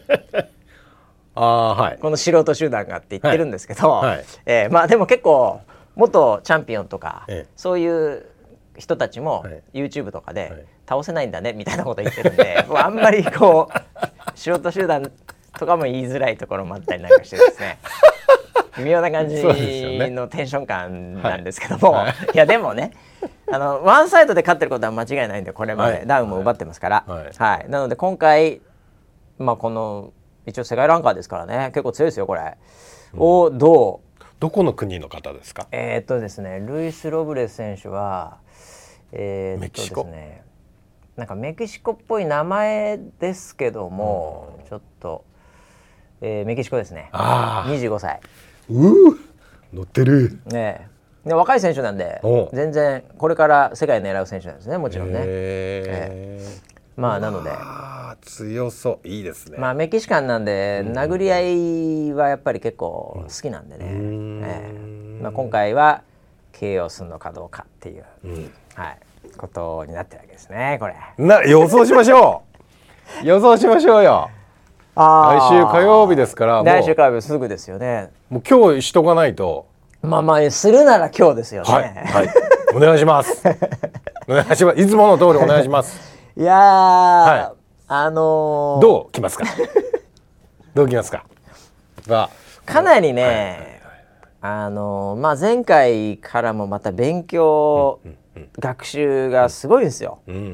あ、はい、この素人集団がって言ってるんですけど、はいはいえーまあ、でも結構元チャンピオンとか、ええ、そういう人たちも YouTube とかで倒せないんだねみたいなこと言ってるんで、はい、あんまりこう素人集団とかも言いづらいところもあったりなんかしてですね微妙な感じのテンション感なんですけども、はいはい、いやでもねあのワンサイドで勝ってることは間違いないんでこれまでダウンも奪ってますから、はいはいはい、なので今回、まあ、この一応世界ランカーですからね結構強いですよこれ、うん、をどうどこの国の方ですか。 えー、っとですねルイス・ロブレス選手はえー、っとですねなんかメキシコっぽい名前ですけども、うん、ちょっと、えー、メキシコですね。あにじゅうごさい。 うー乗ってるねえで若い選手なんで全然これから世界狙う選手なんですねもちろんね。えー、まあなので強そういいですね。 まあメキシカンなんで、うん、殴り合いはやっぱり結構好きなんでね、うんえーまあ、今回はケーオーするのかどうかっていう、うんはい、ことになってるわけですねこれ。 な予想しましょう予想しましょうよ。あ来週火曜日ですから来週火曜日すぐですよね。 もう今日しとかないと。 まあまあするなら今日ですよね。はい、 はい、お願いしますお願いします。いつもの通りお願いします。 いやー、はい、あのー、 どうきますかどうきますか。 かなりね、はいはいはい、 あのまあ、前回からもまた勉強、うんうんうん、学習がすごいんですよ、うんうんうん、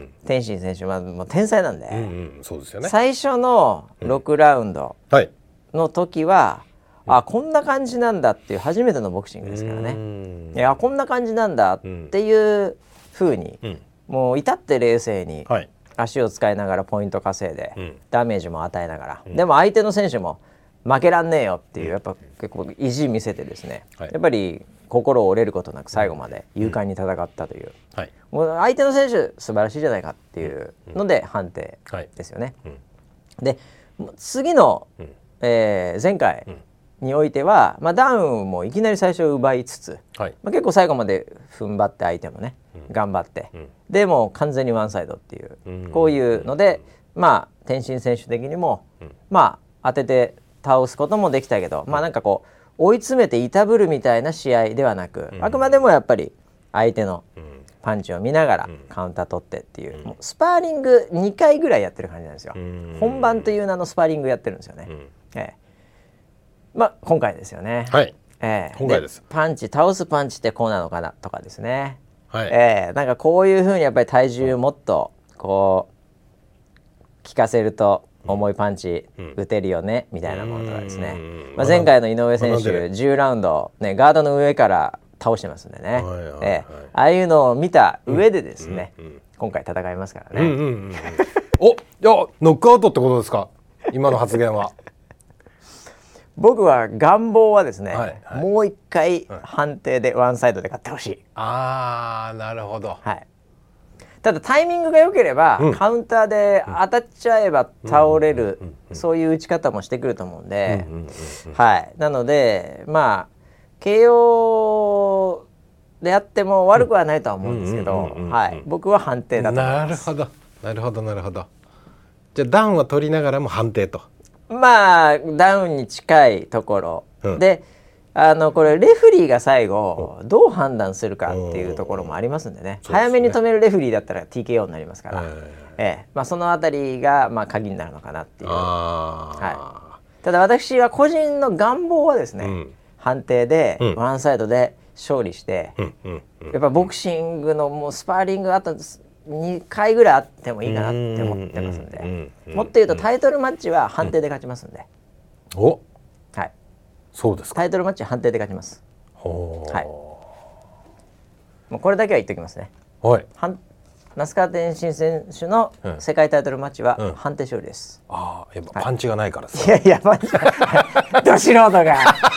天心選手はもう天才なんで、うんうん、そうですよね、最初のろくラウンドの時は、うん、あこんな感じなんだっていう初めてのボクシングですからね、うん、いやこんな感じなんだっていう風に、うん、もう至って冷静に足を使いながらポイント稼いで、うん、ダメージも与えながら、うん、でも相手の選手も負けらんねえよっていうやっぱ結構意地見せてですね、はい、やっぱり心を折れることなく最後まで勇敢に戦ったという、うんはい、もう相手の選手素晴らしいじゃないかっていうので判定ですよね、はいうん、で次の、うんえー、前回においては、まあ、ダウンもいきなり最初奪いつつ、はいまあ、結構最後まで踏ん張って相手もね、うん、頑張って、うん、でもう完全にワンサイドっていう、うん、こういうので、まあ天心選手的にも、うん、まあ当てて倒すこともできたけど、うん、まあなんかこう追い詰めていたぶるみたいな試合ではなく、うん、あくまでもやっぱり相手のパンチを見ながらカウンター取ってっていう、うん、もうスパーリングにかいぐらいやってる感じなんですよ、うん、本番という名のスパーリングやってるんですよね、うんええ、まあ今回ですよね、はいええ、今回です。パンチ倒すパンチってこうなのかなとかですね、はいええ、なんかこういう風にやっぱり体重もっとこう効かせると重いパンチ打てるよね、うん、みたいなものとかですね、まあ、前回の井上選手じゅうラウンド、ね、ガードの上から倒してますんでね、はいはいはいええ、ああいうのを見た上でですね、うんうんうん、今回戦いますからね、うんうんうん、 おいやノックアウトってことですか今の発言は僕は願望はですね、はいはい、もう一回判定でワンサイドで勝ってほしい、はい、 あーなるほど、はいただタイミングが良ければ、うん、カウンターで当たっちゃえば倒れる、うんうんうんうん、そういう打ち方もしてくると思うんで、うんうんうんうん、はい、なのでまあ ケーオー であっても悪くはないとは思うんですけど、僕は判定だと思います。 なるほどなるほどなるほど。じゃあダウンは取りながらも判定と。 まあダウンに近いところ、うん、であのこれレフリーが最後どう判断するかっていうところもありますんでね、うん、早めに止めるレフリーだったら ティーケーオー になりますから、ええまあ、そのあたりがまあ鍵になるのかなっていう、はい、ただ私は個人の願望はですね、うん、判定でワンサイドで勝利して、うん、やっぱボクシングのもうスパーリングあとにかいぐらいあってもいいかなって思ってますんで、もっと言うとタイトルマッチは判定で勝ちますんで、 おはいそうですか。 タイトルマッチ判定で勝ちます。はい。もうこれだけは言っておきますね。はい。那須川天心選手の世界タイトルマッチは判定勝利です。 うんうん、ああ、やっぱパンチがないからさ。 はい、いやいやパンチ。ど素人が。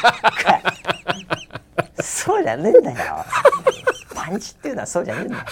そうじゃねえんだよ。パンチっていうのはそうじゃねえんだよ。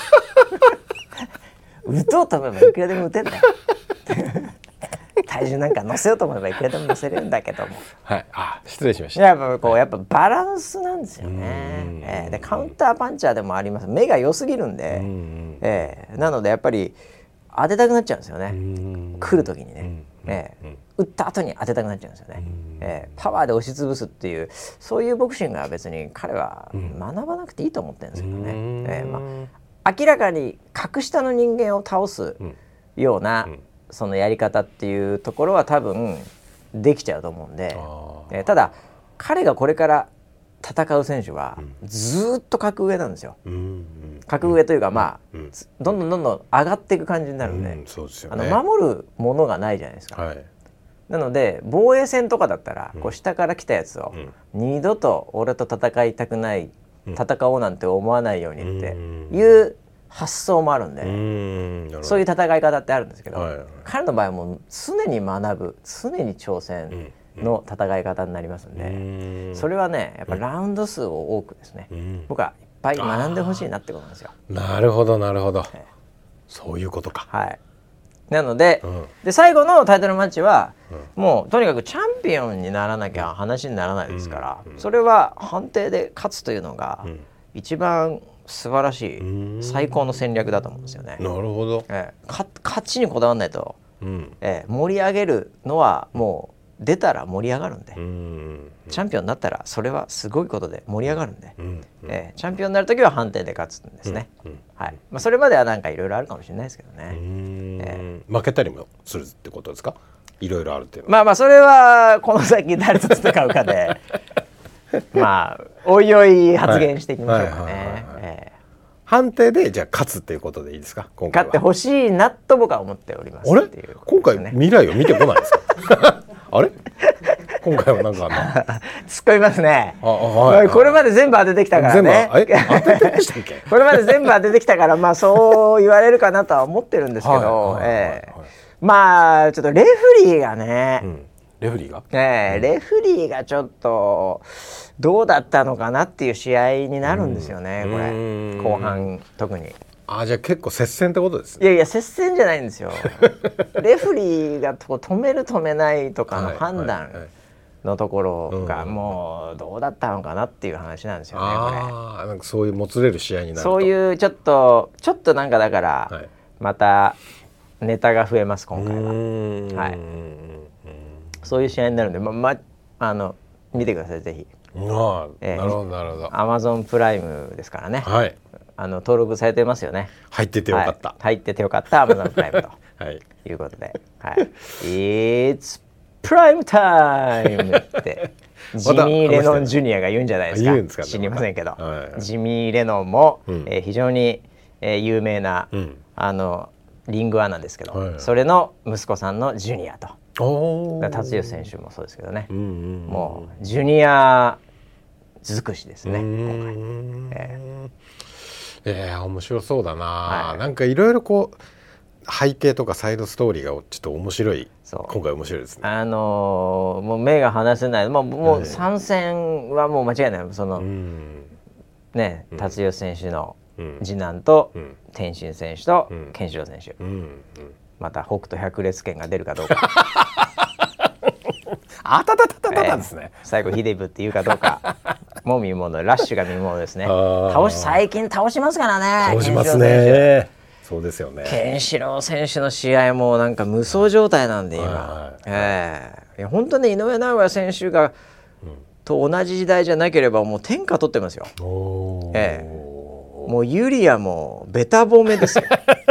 打とうと思えばいくらでも打てんだよ。体重なんか乗せようと思えばいくらでも乗せれるんだけども、 はい、あ失礼しました。 やっぱこう、はい、やっぱバランスなんですよね、えー、でカウンターパンチャーでもあります。目が良すぎるんで、んえー、なのでやっぱり当てたくなっちゃうんですよね。来る時にね、えー、打った後に当てたくなっちゃうんですよね、えー、パワーで押しつぶすっていうそういうボクシングは別に彼は学ばなくていいと思ってるんですけどね、えーまあ、明らかに格下の人間を倒すような、うんそのやり方っていうところは多分できちゃうと思うんで、えー、ただ彼がこれから戦う選手はずっと格上なんですよ、うんうん、格上というかまあ、うん、どんどんどんどん上がっていく感じになるんで、うんそうですよね、あの守るものがないじゃないですか、はい、なので防衛戦とかだったら、うん、こう下から来たやつを、うん、二度と俺と戦いたくない、うん、戦おうなんて思わないようにっていう発想もあるんで、うんそういう戦い方ってあるんですけど、はいはい、彼の場合はもう常に学ぶ常に挑戦の戦い方になりますんで、うんそれはねやっぱラウンド数を多くですね、うん、僕はいっぱい学んでほしいなってことなんですよ。 なるほどなるほど、はい、そういうことか。 はい、なので、うん、で最後のタイトルマッチは、うん、もうとにかくチャンピオンにならなきゃ話にならないですから、うんうん、それは判定で勝つというのが一番素晴らしい最高の戦略だと思うんですよね。 なるほど、 えー、か勝ちにこだわらないと、うんえー、盛り上げるのはもう出たら盛り上がるんで、うん、チャンピオンになったらそれはすごいことで盛り上がるんで、うんえー、チャンピオンになるときは判定で勝つんですね、うんはいまあ、それまではなんかいろいろあるかもしれないですけどね、うんえー、負けたりもするってことですか。いろいろあるっていうのはまあまあそれはこの先誰と戦うかでまあおいおい発言していきましょうかね。 判定でじゃあ勝つっていうことでいいですか？今回は勝ってほしいなと僕は思っております。 あれっていう、ね、 今回未来を見てこないですか？あれ今回はなんかあの突っ込みますね。 あ、はい、 これまで全部当ててきたからね。 全部え当ててましたっけ？ これまで全部当ててきたからまあそう言われるかなとは思ってるんですけど、まあちょっとレフリーがね、うん、 レフリーが、 えーうん、レフリーがちょっとどうだったのかなっていう試合になるんですよね、うん、これ後半特に。 あ、じゃあ結構接戦ってことですね。 いやいや接戦じゃないんですよ。レフリーが止める止めないとかの判断のところがもうどうだったのかなっていう話なんですよね、これ。 あ、なんかそういうもつれる試合になると、 そういうちょっとちょっとなんかだから、はい、またネタが増えます今回は。はい、そういう試合になるんで、ままあの見てくださいぜひ。 あ、えー、なるほどなるほど。 アマゾンプライムですからね。 はい。 あの登録されてますよね。 入っててよかった。はい、 入っててよかったアマゾンプライムと、はい、いうことで、はい、It's Prime Time ってジミー・レノン・ジュニアが言うんじゃないですか。言うんですかね、知りませんけど、はいはい、ジミー・レノンも、うん、えー、非常に、えー、有名な、うん、あのリングアナですけど、はいはい、それの息子さんのジュニアと。達吉選手もそうですけどね、うんうんうん、もうジュニア尽くしですね今回。 えーえー、面白そうだな、はい、なんかいろいろこう背景とかサイドストーリーがちょっと面白い。今回面白いですね。 あのー、もう目が離せない、まあ、もう参戦はもう間違いない。その、うん、ね、達吉選手の次男と、うん、天心選手と、うん、ケンシロウ選手、うんうん、また北斗百裂拳が出るかどうかあたたたたたたですね、 えー、最後ヒデブっていうかどうかもう見もの、ラッシュが見ものですね。倒し最近倒しますからね。 倒しますね。そうですよね。 ケンシロウ選手の試合もなんか無双状態なんで今、はいえー、いや本当ね、井上尚弥選手が、うん、と同じ時代じゃなければもう天下取ってますよ。えー、もうユリアもベタ褒めですよ。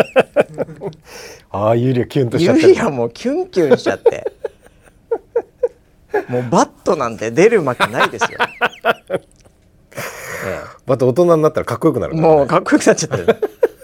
ああ、ユリアキュンとしちゃって。 ユリアもキュンキュンしちゃって。もうバットなんて出るわけないですよ。ええ、 また大人になったらかっこよくなるから、ね、 もうかっこよくなっちゃってる。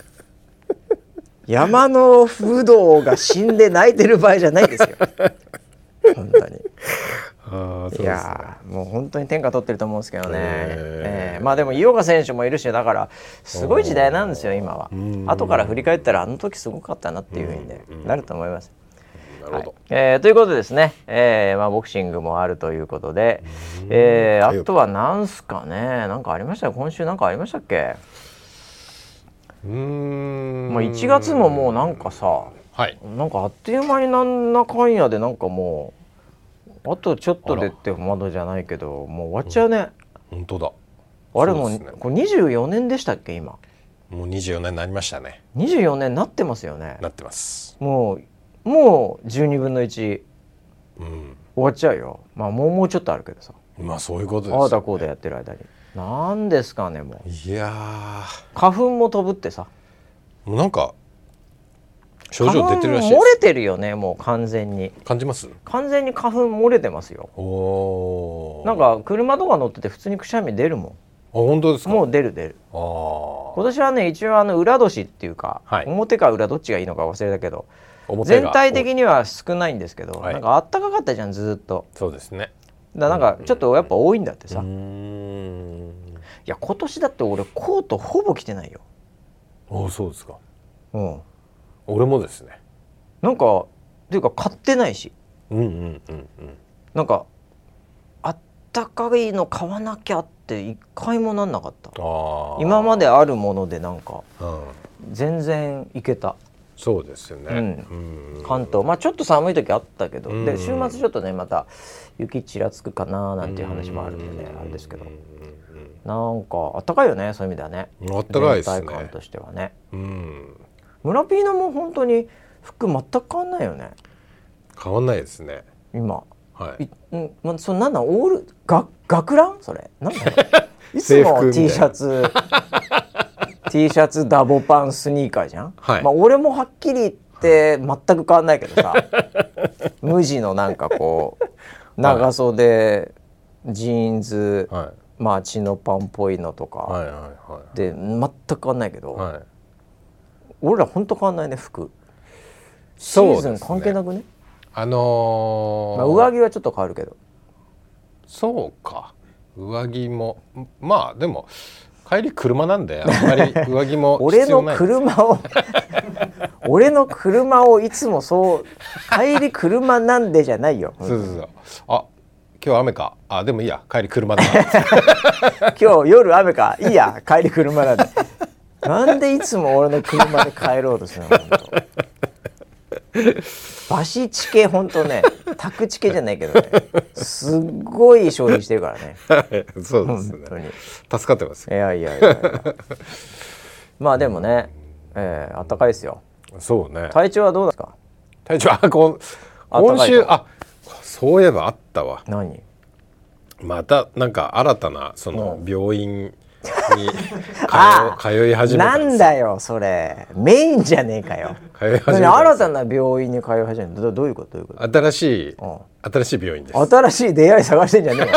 山の不動が死んで泣いてる場合じゃないですよ。本当に。あ、そうですね、いやもう本当に天下取ってると思うんですけどね。えーえー、まあでも井岡選手もいるし、だからすごい時代なんですよ今は。後から振り返ったらあの時すごかったなっていうふうに、ね、なると思います。なるほど。はい、えー、ということでですね、えーまあ、ボクシングもあるということで、えー、あとはなんすかね、なんかありましたよ今週。なんかありましたっけ？うーん、まあ、いちがつももうなんかさ、はい、なんかあっという間になんだかんやでなんかもうあとちょっとでってまだじゃないけどもう終わっちゃうね、 うん、本当だ。 あれもう、ね、これにじゅうよねんでしたっけ今。 もうにじゅうよねんになりましたね。 にじゅうよねんなってますよね。 なってます。 もうもうじゅうにぶんのいち、うん、終わっちゃうよ。まあもうもうちょっとあるけどさ。 まあそういうことですよね。 ああだこうだやってる間になんですかね。もういや花粉も飛ぶってさ、 もうなんか症状出てるらしいです。 漏れてるよね。もう完全に感じます。 完全に花粉漏れてますよ。お、なんか車とか乗ってて普通にくしゃみ出るもん。あ、 本当ですか。 もう出る出る。あ、今年はね一応あの裏年っていうか、はい、表か裏どっちがいいのか忘れたけど全体的には少ないんですけど、はい、なんかあったかかったじゃんずっと。 そうですね。 だからなんかちょっとやっぱ多いんだってさ。うーん、いや今年だって俺コートほぼ着てないよ。 ああ、そうですか。 うん、 俺もですね。 なんかっていうか買ってないし、 うんうんうんうん、 なんかあったかいの買わなきゃって一回もなんなかった。あ、今まであるものでなんか、うん、全然いけた。そうですよね、うんうん、関東、まあちょっと寒い時あったけど、うん、で週末ちょっとねまた雪ちらつくかななんていう話もあるんでね、あれですけど、なんかあったかいよね、そういう意味ではね。 あったかいですね、 全体感としてはね。うん、村ピーナも本当に服全く変わんないよね。 変わんないですね今。はい。い、ん、まあ、そのなんなんオールが学ランそれなんだろう。いつも T シャツT シャツダボパンスニーカーじゃん。はい、まあ俺もはっきり言って全く変わんないけどさ、無地のなんかこう長袖ジーンズ、 はい、 まあチノパンっぽいのとか、 はいはいはい、 で全く変わんないけど、 はい、 俺らほんと変わんないね服。シーズン関係なくね。 あのーまあ、上着はちょっと変わるけど。 そうか、上着もまあでも帰り車なんであんまり上着も必要ない俺の車を俺の車をいつもそう帰り車なんでじゃないよ。 そうそうそう、あ今日雨か、あでもいいや帰り車だな今日夜雨か、いいや帰り車なんでなんでいつも俺の車で帰ろうとするの。バシチケほんとね、タクチケじゃないけどね、すっごい消費してるからねそうですね、本当に助かってますよ。 いやいやいやいやまあでもね、えー、暖かいですよ。 そうね。 体調はどうですか？ 体調、あ今今週、あそういえばあったわ。 何？ またなんか新たなその病院に通い始めたんですよ。 なんだよそれ、メインじゃねえかよ。 通い始めたんですよ。 新たな病院に通い始めた。 ど, どういうことどういうこと？ 新しい、うん、新しい病院です。 新しい出会い探してんじゃねえよ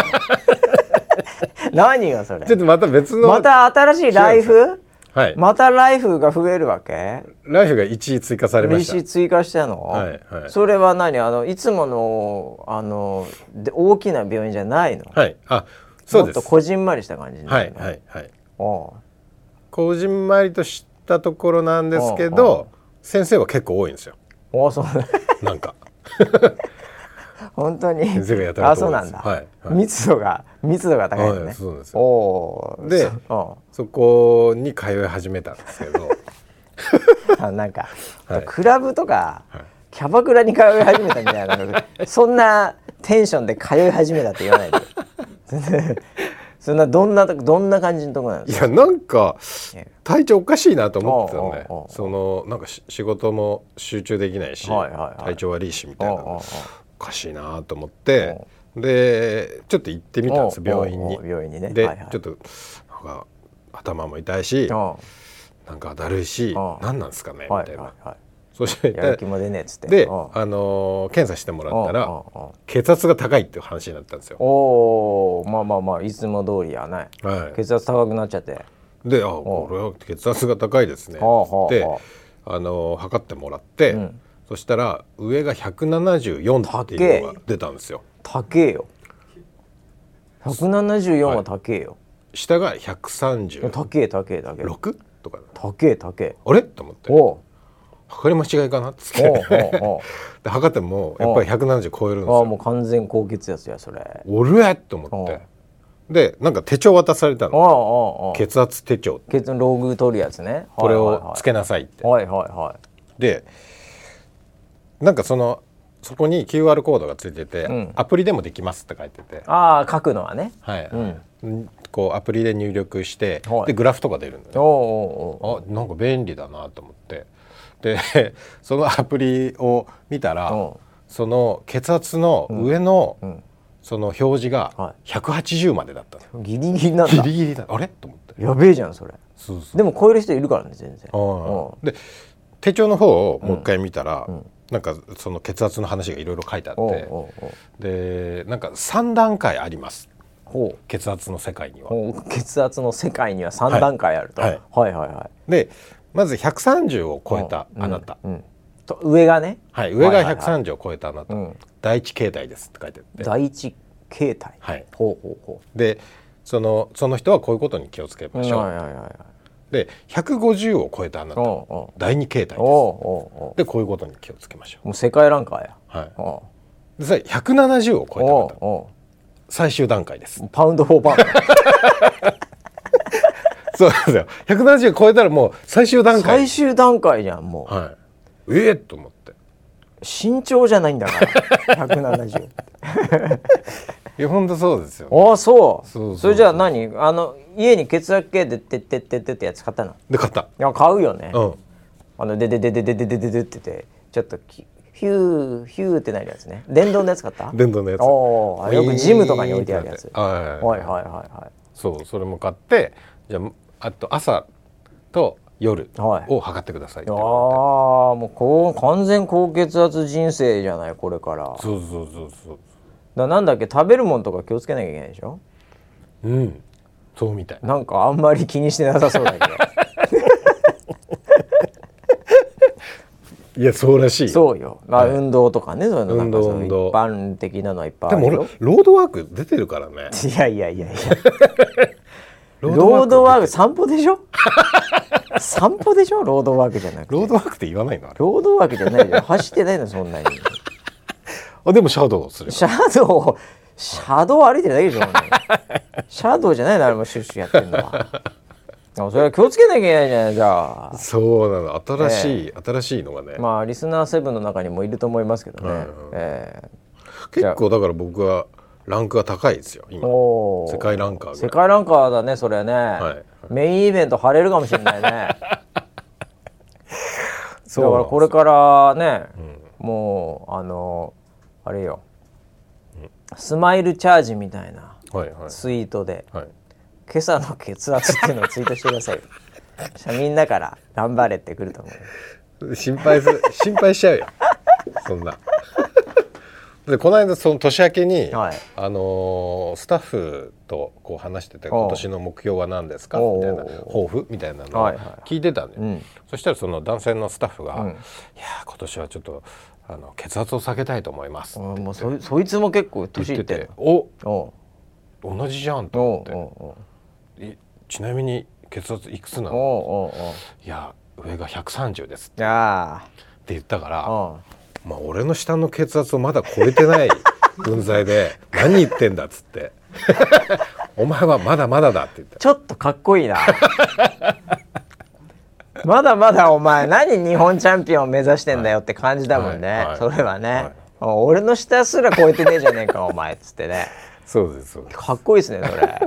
何がそれ？ ちょっとまた別の、 また新しいライフ？ はい、 またライフが増えるわけ？ ライフがいち追加されました。 いち追加したの？ はいはい、 それは何？あのいつものあので大きな病院じゃないの？ はい、あそうです。 もっとこじんまりした感じになるの？ はいはいはい。 おこじんまりとしたところなんですけど、先生は結構多いんですよ。 あそうなんか本当に先生がやたらと多いです。 あそうなんだ、 はいはい、密度が密度が高いのね、はい、 そうですよ。 おで そ, そこに通い始めたんですけどあなんか、はい、クラブとか、はい、キャバクラに通い始めたみたいなそんなテンションで通い始めたって言わないでそんなどんなどんな感じのとこなんですか？ いやなんか体調おかしいなと思ってたのね。そのなんか仕事も集中できないし、はいはいはい、体調悪いしみたいなおかしいなと思ってでちょっと行ってみたんです病院に。 病院にね。 で、 はいはい、 ちょっとなんか頭も痛いしなんかだるいし何なんですかねみたいな。はいはいはい、そしてやる気も出ねえっつってで、あのー、検査してもらったら血圧が高いっていう話になったんですよ。 おまあまあまあいつも通りやない、はい、血圧高くなっちゃってで、あこれは血圧が高いですねってあのー、測ってもらって、うん、そしたら上がひゃくななじゅうよんっていうのが出たんですよ。 高えよひゃくななじゅうよんは高えよ、はい、 下がひゃくさんじゅう高え高え高えろくとか高え高えあれと思ってお測り間違いかなっつっておうおうおうで測ってもやっぱりひゃくななじゅう超えるんですよ。 あもう完全高血圧やそれ。 おるえと思ってでなんか手帳渡されたの。おうおうおう血圧手帳血ログ取るやつね。 これをつけなさいって。 はいはいはい。 でなんかそのそこに キューアール コードがついてて、うん、アプリでもできますって書いてて。 ああ書くのはね。 はい、うん、こうアプリで入力して、はい、でグラフとか出るんだよね。おうおうおうあなんか便利だなと思って。でそのアプリを見たら、うん、その血圧の上の、うん、その表示がひゃくはちじゅうまでだったの、はい、ギリギリなんだ。ギリギリだ。あれと思ってやべえじゃんそれ。 そうそうでも超える人いるからね全然。 で手帳の方をもう一回見たら、うん、なんかその血圧の話がいろいろ書いてあって、おうおうおうでなんかさん段階あります。ほう血圧の世界には血圧の世界にはさん段階あると、はい、はいはいはいでまずひゃくさんじゅうを超えたあなた、うんうん、 と上がね、 はい、上がひゃくさんじゅうを超えたあなた、はいはいはい、第一形態ですって書いてあって。 第一形態、 はい、 ほうほうほうでそのその人はこういうことに気をつけましょう、はいはいはいはい、でひゃくごじゅうを超えたあなた、おうおう第二形態です。おうおうおうでこういうことに気をつけましょう。 もう世界ランカーや、 はい、おうでそれひゃくななじゅうを超えたあなた、おうおう最終段階です。 パウンドフォーパウンドそうなんですよ。ひゃくななじゅう超えたらもう最終段階。 最終段階じゃんもう。 はい。ええー、と思って。 身長じゃないんだからひゃくななじゅう。 いや本当そうですよ、 ね。ああそう。そうそうそう。それじゃあ何あの家に血圧計でてってってってってやつ買ったの？ で買った。いや買うよね。うん。あのでででででででででっててちょっとヒューヒューってなるやつね。電動のやつ買った？ 電動のやつ。 おお。よくジムとかに置いてあるやつ。 はいはいはいはい。そうそれも買ってじゃああと朝と夜を測ってくださいって言われて、はい、ああもうこう完全高血圧人生じゃないこれから。 そうそうそうそう。 だなんだっけ食べるもんとか気をつけなきゃいけないでしょ。 うんそうみたい。 なんかあんまり気にしてなさそうだけどいやそうらしいよ。 そうよ、まあ、 はい、 運動とかねそういうのなんかそういう運動一般的なのはいっぱいあるよ。 でも俺ロードワーク出てるからね。 いやいやいやいやロードワーク散歩でしょ散歩でしょロードワークじゃなくて。 ロードワークって言わないのあれ。 ロードワークじゃないよ走ってないのそんなにあでもシャドウする。 シャドウシャドウ歩いてるだけでしょシャドウじゃないのあれもシュッシュやってるのはそれは気をつけなきゃいけないじゃないじゃあ。 そうなの新しい、えー、新しいのがねまあリスナーセブンの中にもいると思いますけどね、うんえー、結構だから僕はランクが高いですよ今。世界ランカーぐらい。 世界ランカーだねそれね、はい、メインイベント張れるかもしれないねそうだからこれからね、うん、もうあのあれよ、うん、スマイルチャージみたいなツイートで、はいはい、今朝の血圧っていうのをツイートしてくださいよみんなから頑張れってくると思う。心配する心配しちゃうよそんなでこの間その年明けに、はい、あのー、スタッフとこう話してて今年の目標は何ですかみたいな抱負みたいなのを聞いてたんで、はいはい、そしたらその男性のスタッフが、うん、いや今年はちょっとあの血圧を下げたいと思いますって。 もう そ, そいつも結構年いってておお同じじゃんと思って。おおおちなみに血圧いくつなの？おおおいや上がひゃくさんじゅうですって言ったからまあ俺の下の血圧をまだ超えてない分際で何言ってんだっつってお前はまだまだだって言った。 ちょっとかっこいいなまだまだお前何日本チャンピオン目指してんだよって感じだもんね、はいはい、それはね、はい、俺の下すら超えてねえじゃねえかお前っつってね。 そうですそうです。 かっこいいですねそれ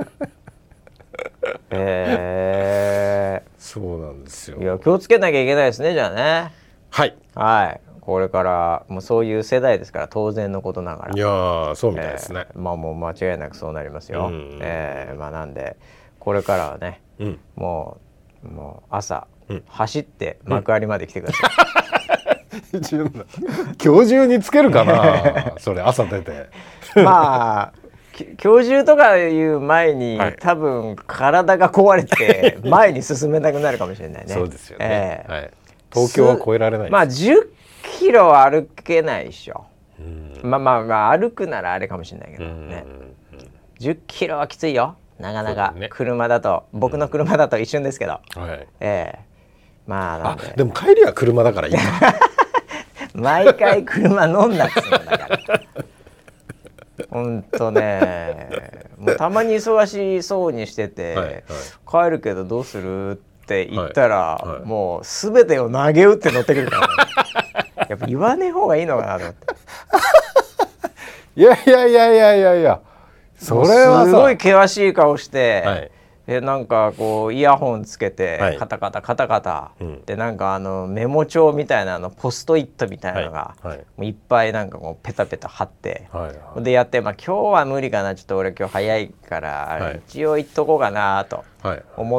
えー、 そうなんですよ。 いや気をつけなきゃいけないですねじゃあね。 はいはいこれからもうそういう世代ですから当然のことながら。 いやそうみたいですね、 えー、まあもう間違いなくそうなりますよ、うんえーまあ、なんでこれからはね、うん、もう、もう朝、うん、走って幕張まで来てください、うん、 今日中につけるかなそれ朝出てまあ今日中とかいう前に、はい、多分体が壊れて前に進めなくなるかもしれないね。 そうですよね、えーはい、東京は越えられないです。 まあじゅっキロは歩けないでしょ。まあまあまあ歩くならあれかもしれないけどね。じゅっキロはきついよなかなか、ね、車だと僕の車だと一瞬ですけど、はい、えー、まあなんであでも帰りは車だからいい毎回車飲んだっつうのだからほんとねもうたまに忙しそうにしてて、はいはい、帰るけどどうするって言ったら、はいはい、もう全てを投げ打って乗ってくるから、ね、やっぱ言わねえ方がいいのかなと思っていやいやいやいやいやいやそれはすごい険しい顔して、はい、でなんかこうイヤホンつけて、はい、カタカタカタカタ、うん、でなんかあのメモ帳みたいなのポストイットみたいなのが、はいはい、もういっぱいなんかこうペタペタ貼って、はいはい、でやって、まあ、今日は無理かなちょっと俺今日早いから、はい、一応行っとこうかなと思って、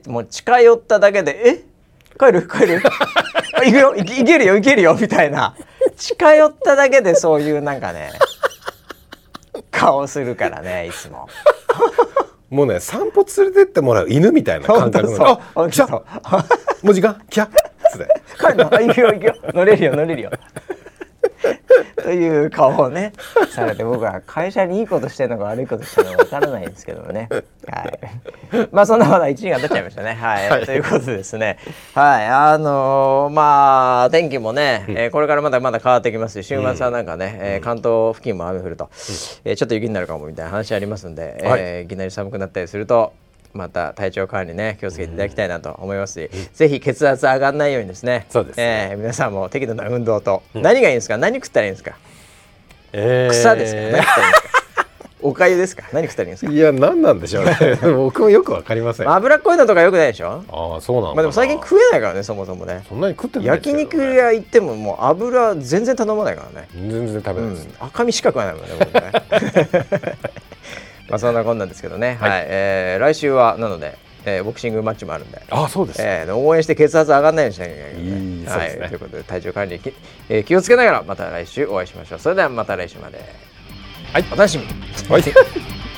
もう近寄っただけでえ帰る帰る行くよいけるよいけるよみたいな近寄っただけでそういうなんかね顔するからねいつももうね散歩連れてってもらう犬みたいな感覚のあ来たもう時間来たっつって帰るの行くよ行くよ乗れるよ乗れるよという顔をねされて僕は会社にいいことしてるのか悪いことしてるのか分からないんですけどもね、はい、まあそんなまだいちじかん経っちゃいましたね、はいはい、ということでですねはいあのー、まあ天気もね、うんえー、これからまだまだ変わってきますし週末はなんかね、うんえー、関東付近も雨降ると、うんえー、ちょっと雪になるかもみたいな話ありますんで、はいえー、いきなり寒くなったりするとまた体調管理ね気をつけていただきたいなと思いますし、うん、ぜひ血圧上がらないようにですね、そうですね、えー、皆さんも適度な運動と、うん、何がいいんですか何食ったらいいんですか、えー、草ですか何食ったらいいんですかおかゆですか何食ったらいいんですか。 いや何なんでしょうね僕もよくわかりません。 脂っこいのとかよくないでしょ。 ああそうなのかな、 まあ、でも最近食えないからねそもそもね。 そんなに食ってないですよね。焼肉屋行ってももう油全然頼まないからね。 全然食べないです、 うん、赤身しか食わないもんね僕ねまあそんなこんなんですけどね、はいはいえー、来週はなのでえー、ボクシングマッチもあるんで、 あそうです、 えー、応援して血圧上がらないようにしなきゃいけないので、 いいそうですね、 はい、ということで体調管理に、えー、気をつけながらまた来週お会いしましょう。それではまた来週まで。 はい、お楽しみに。 はい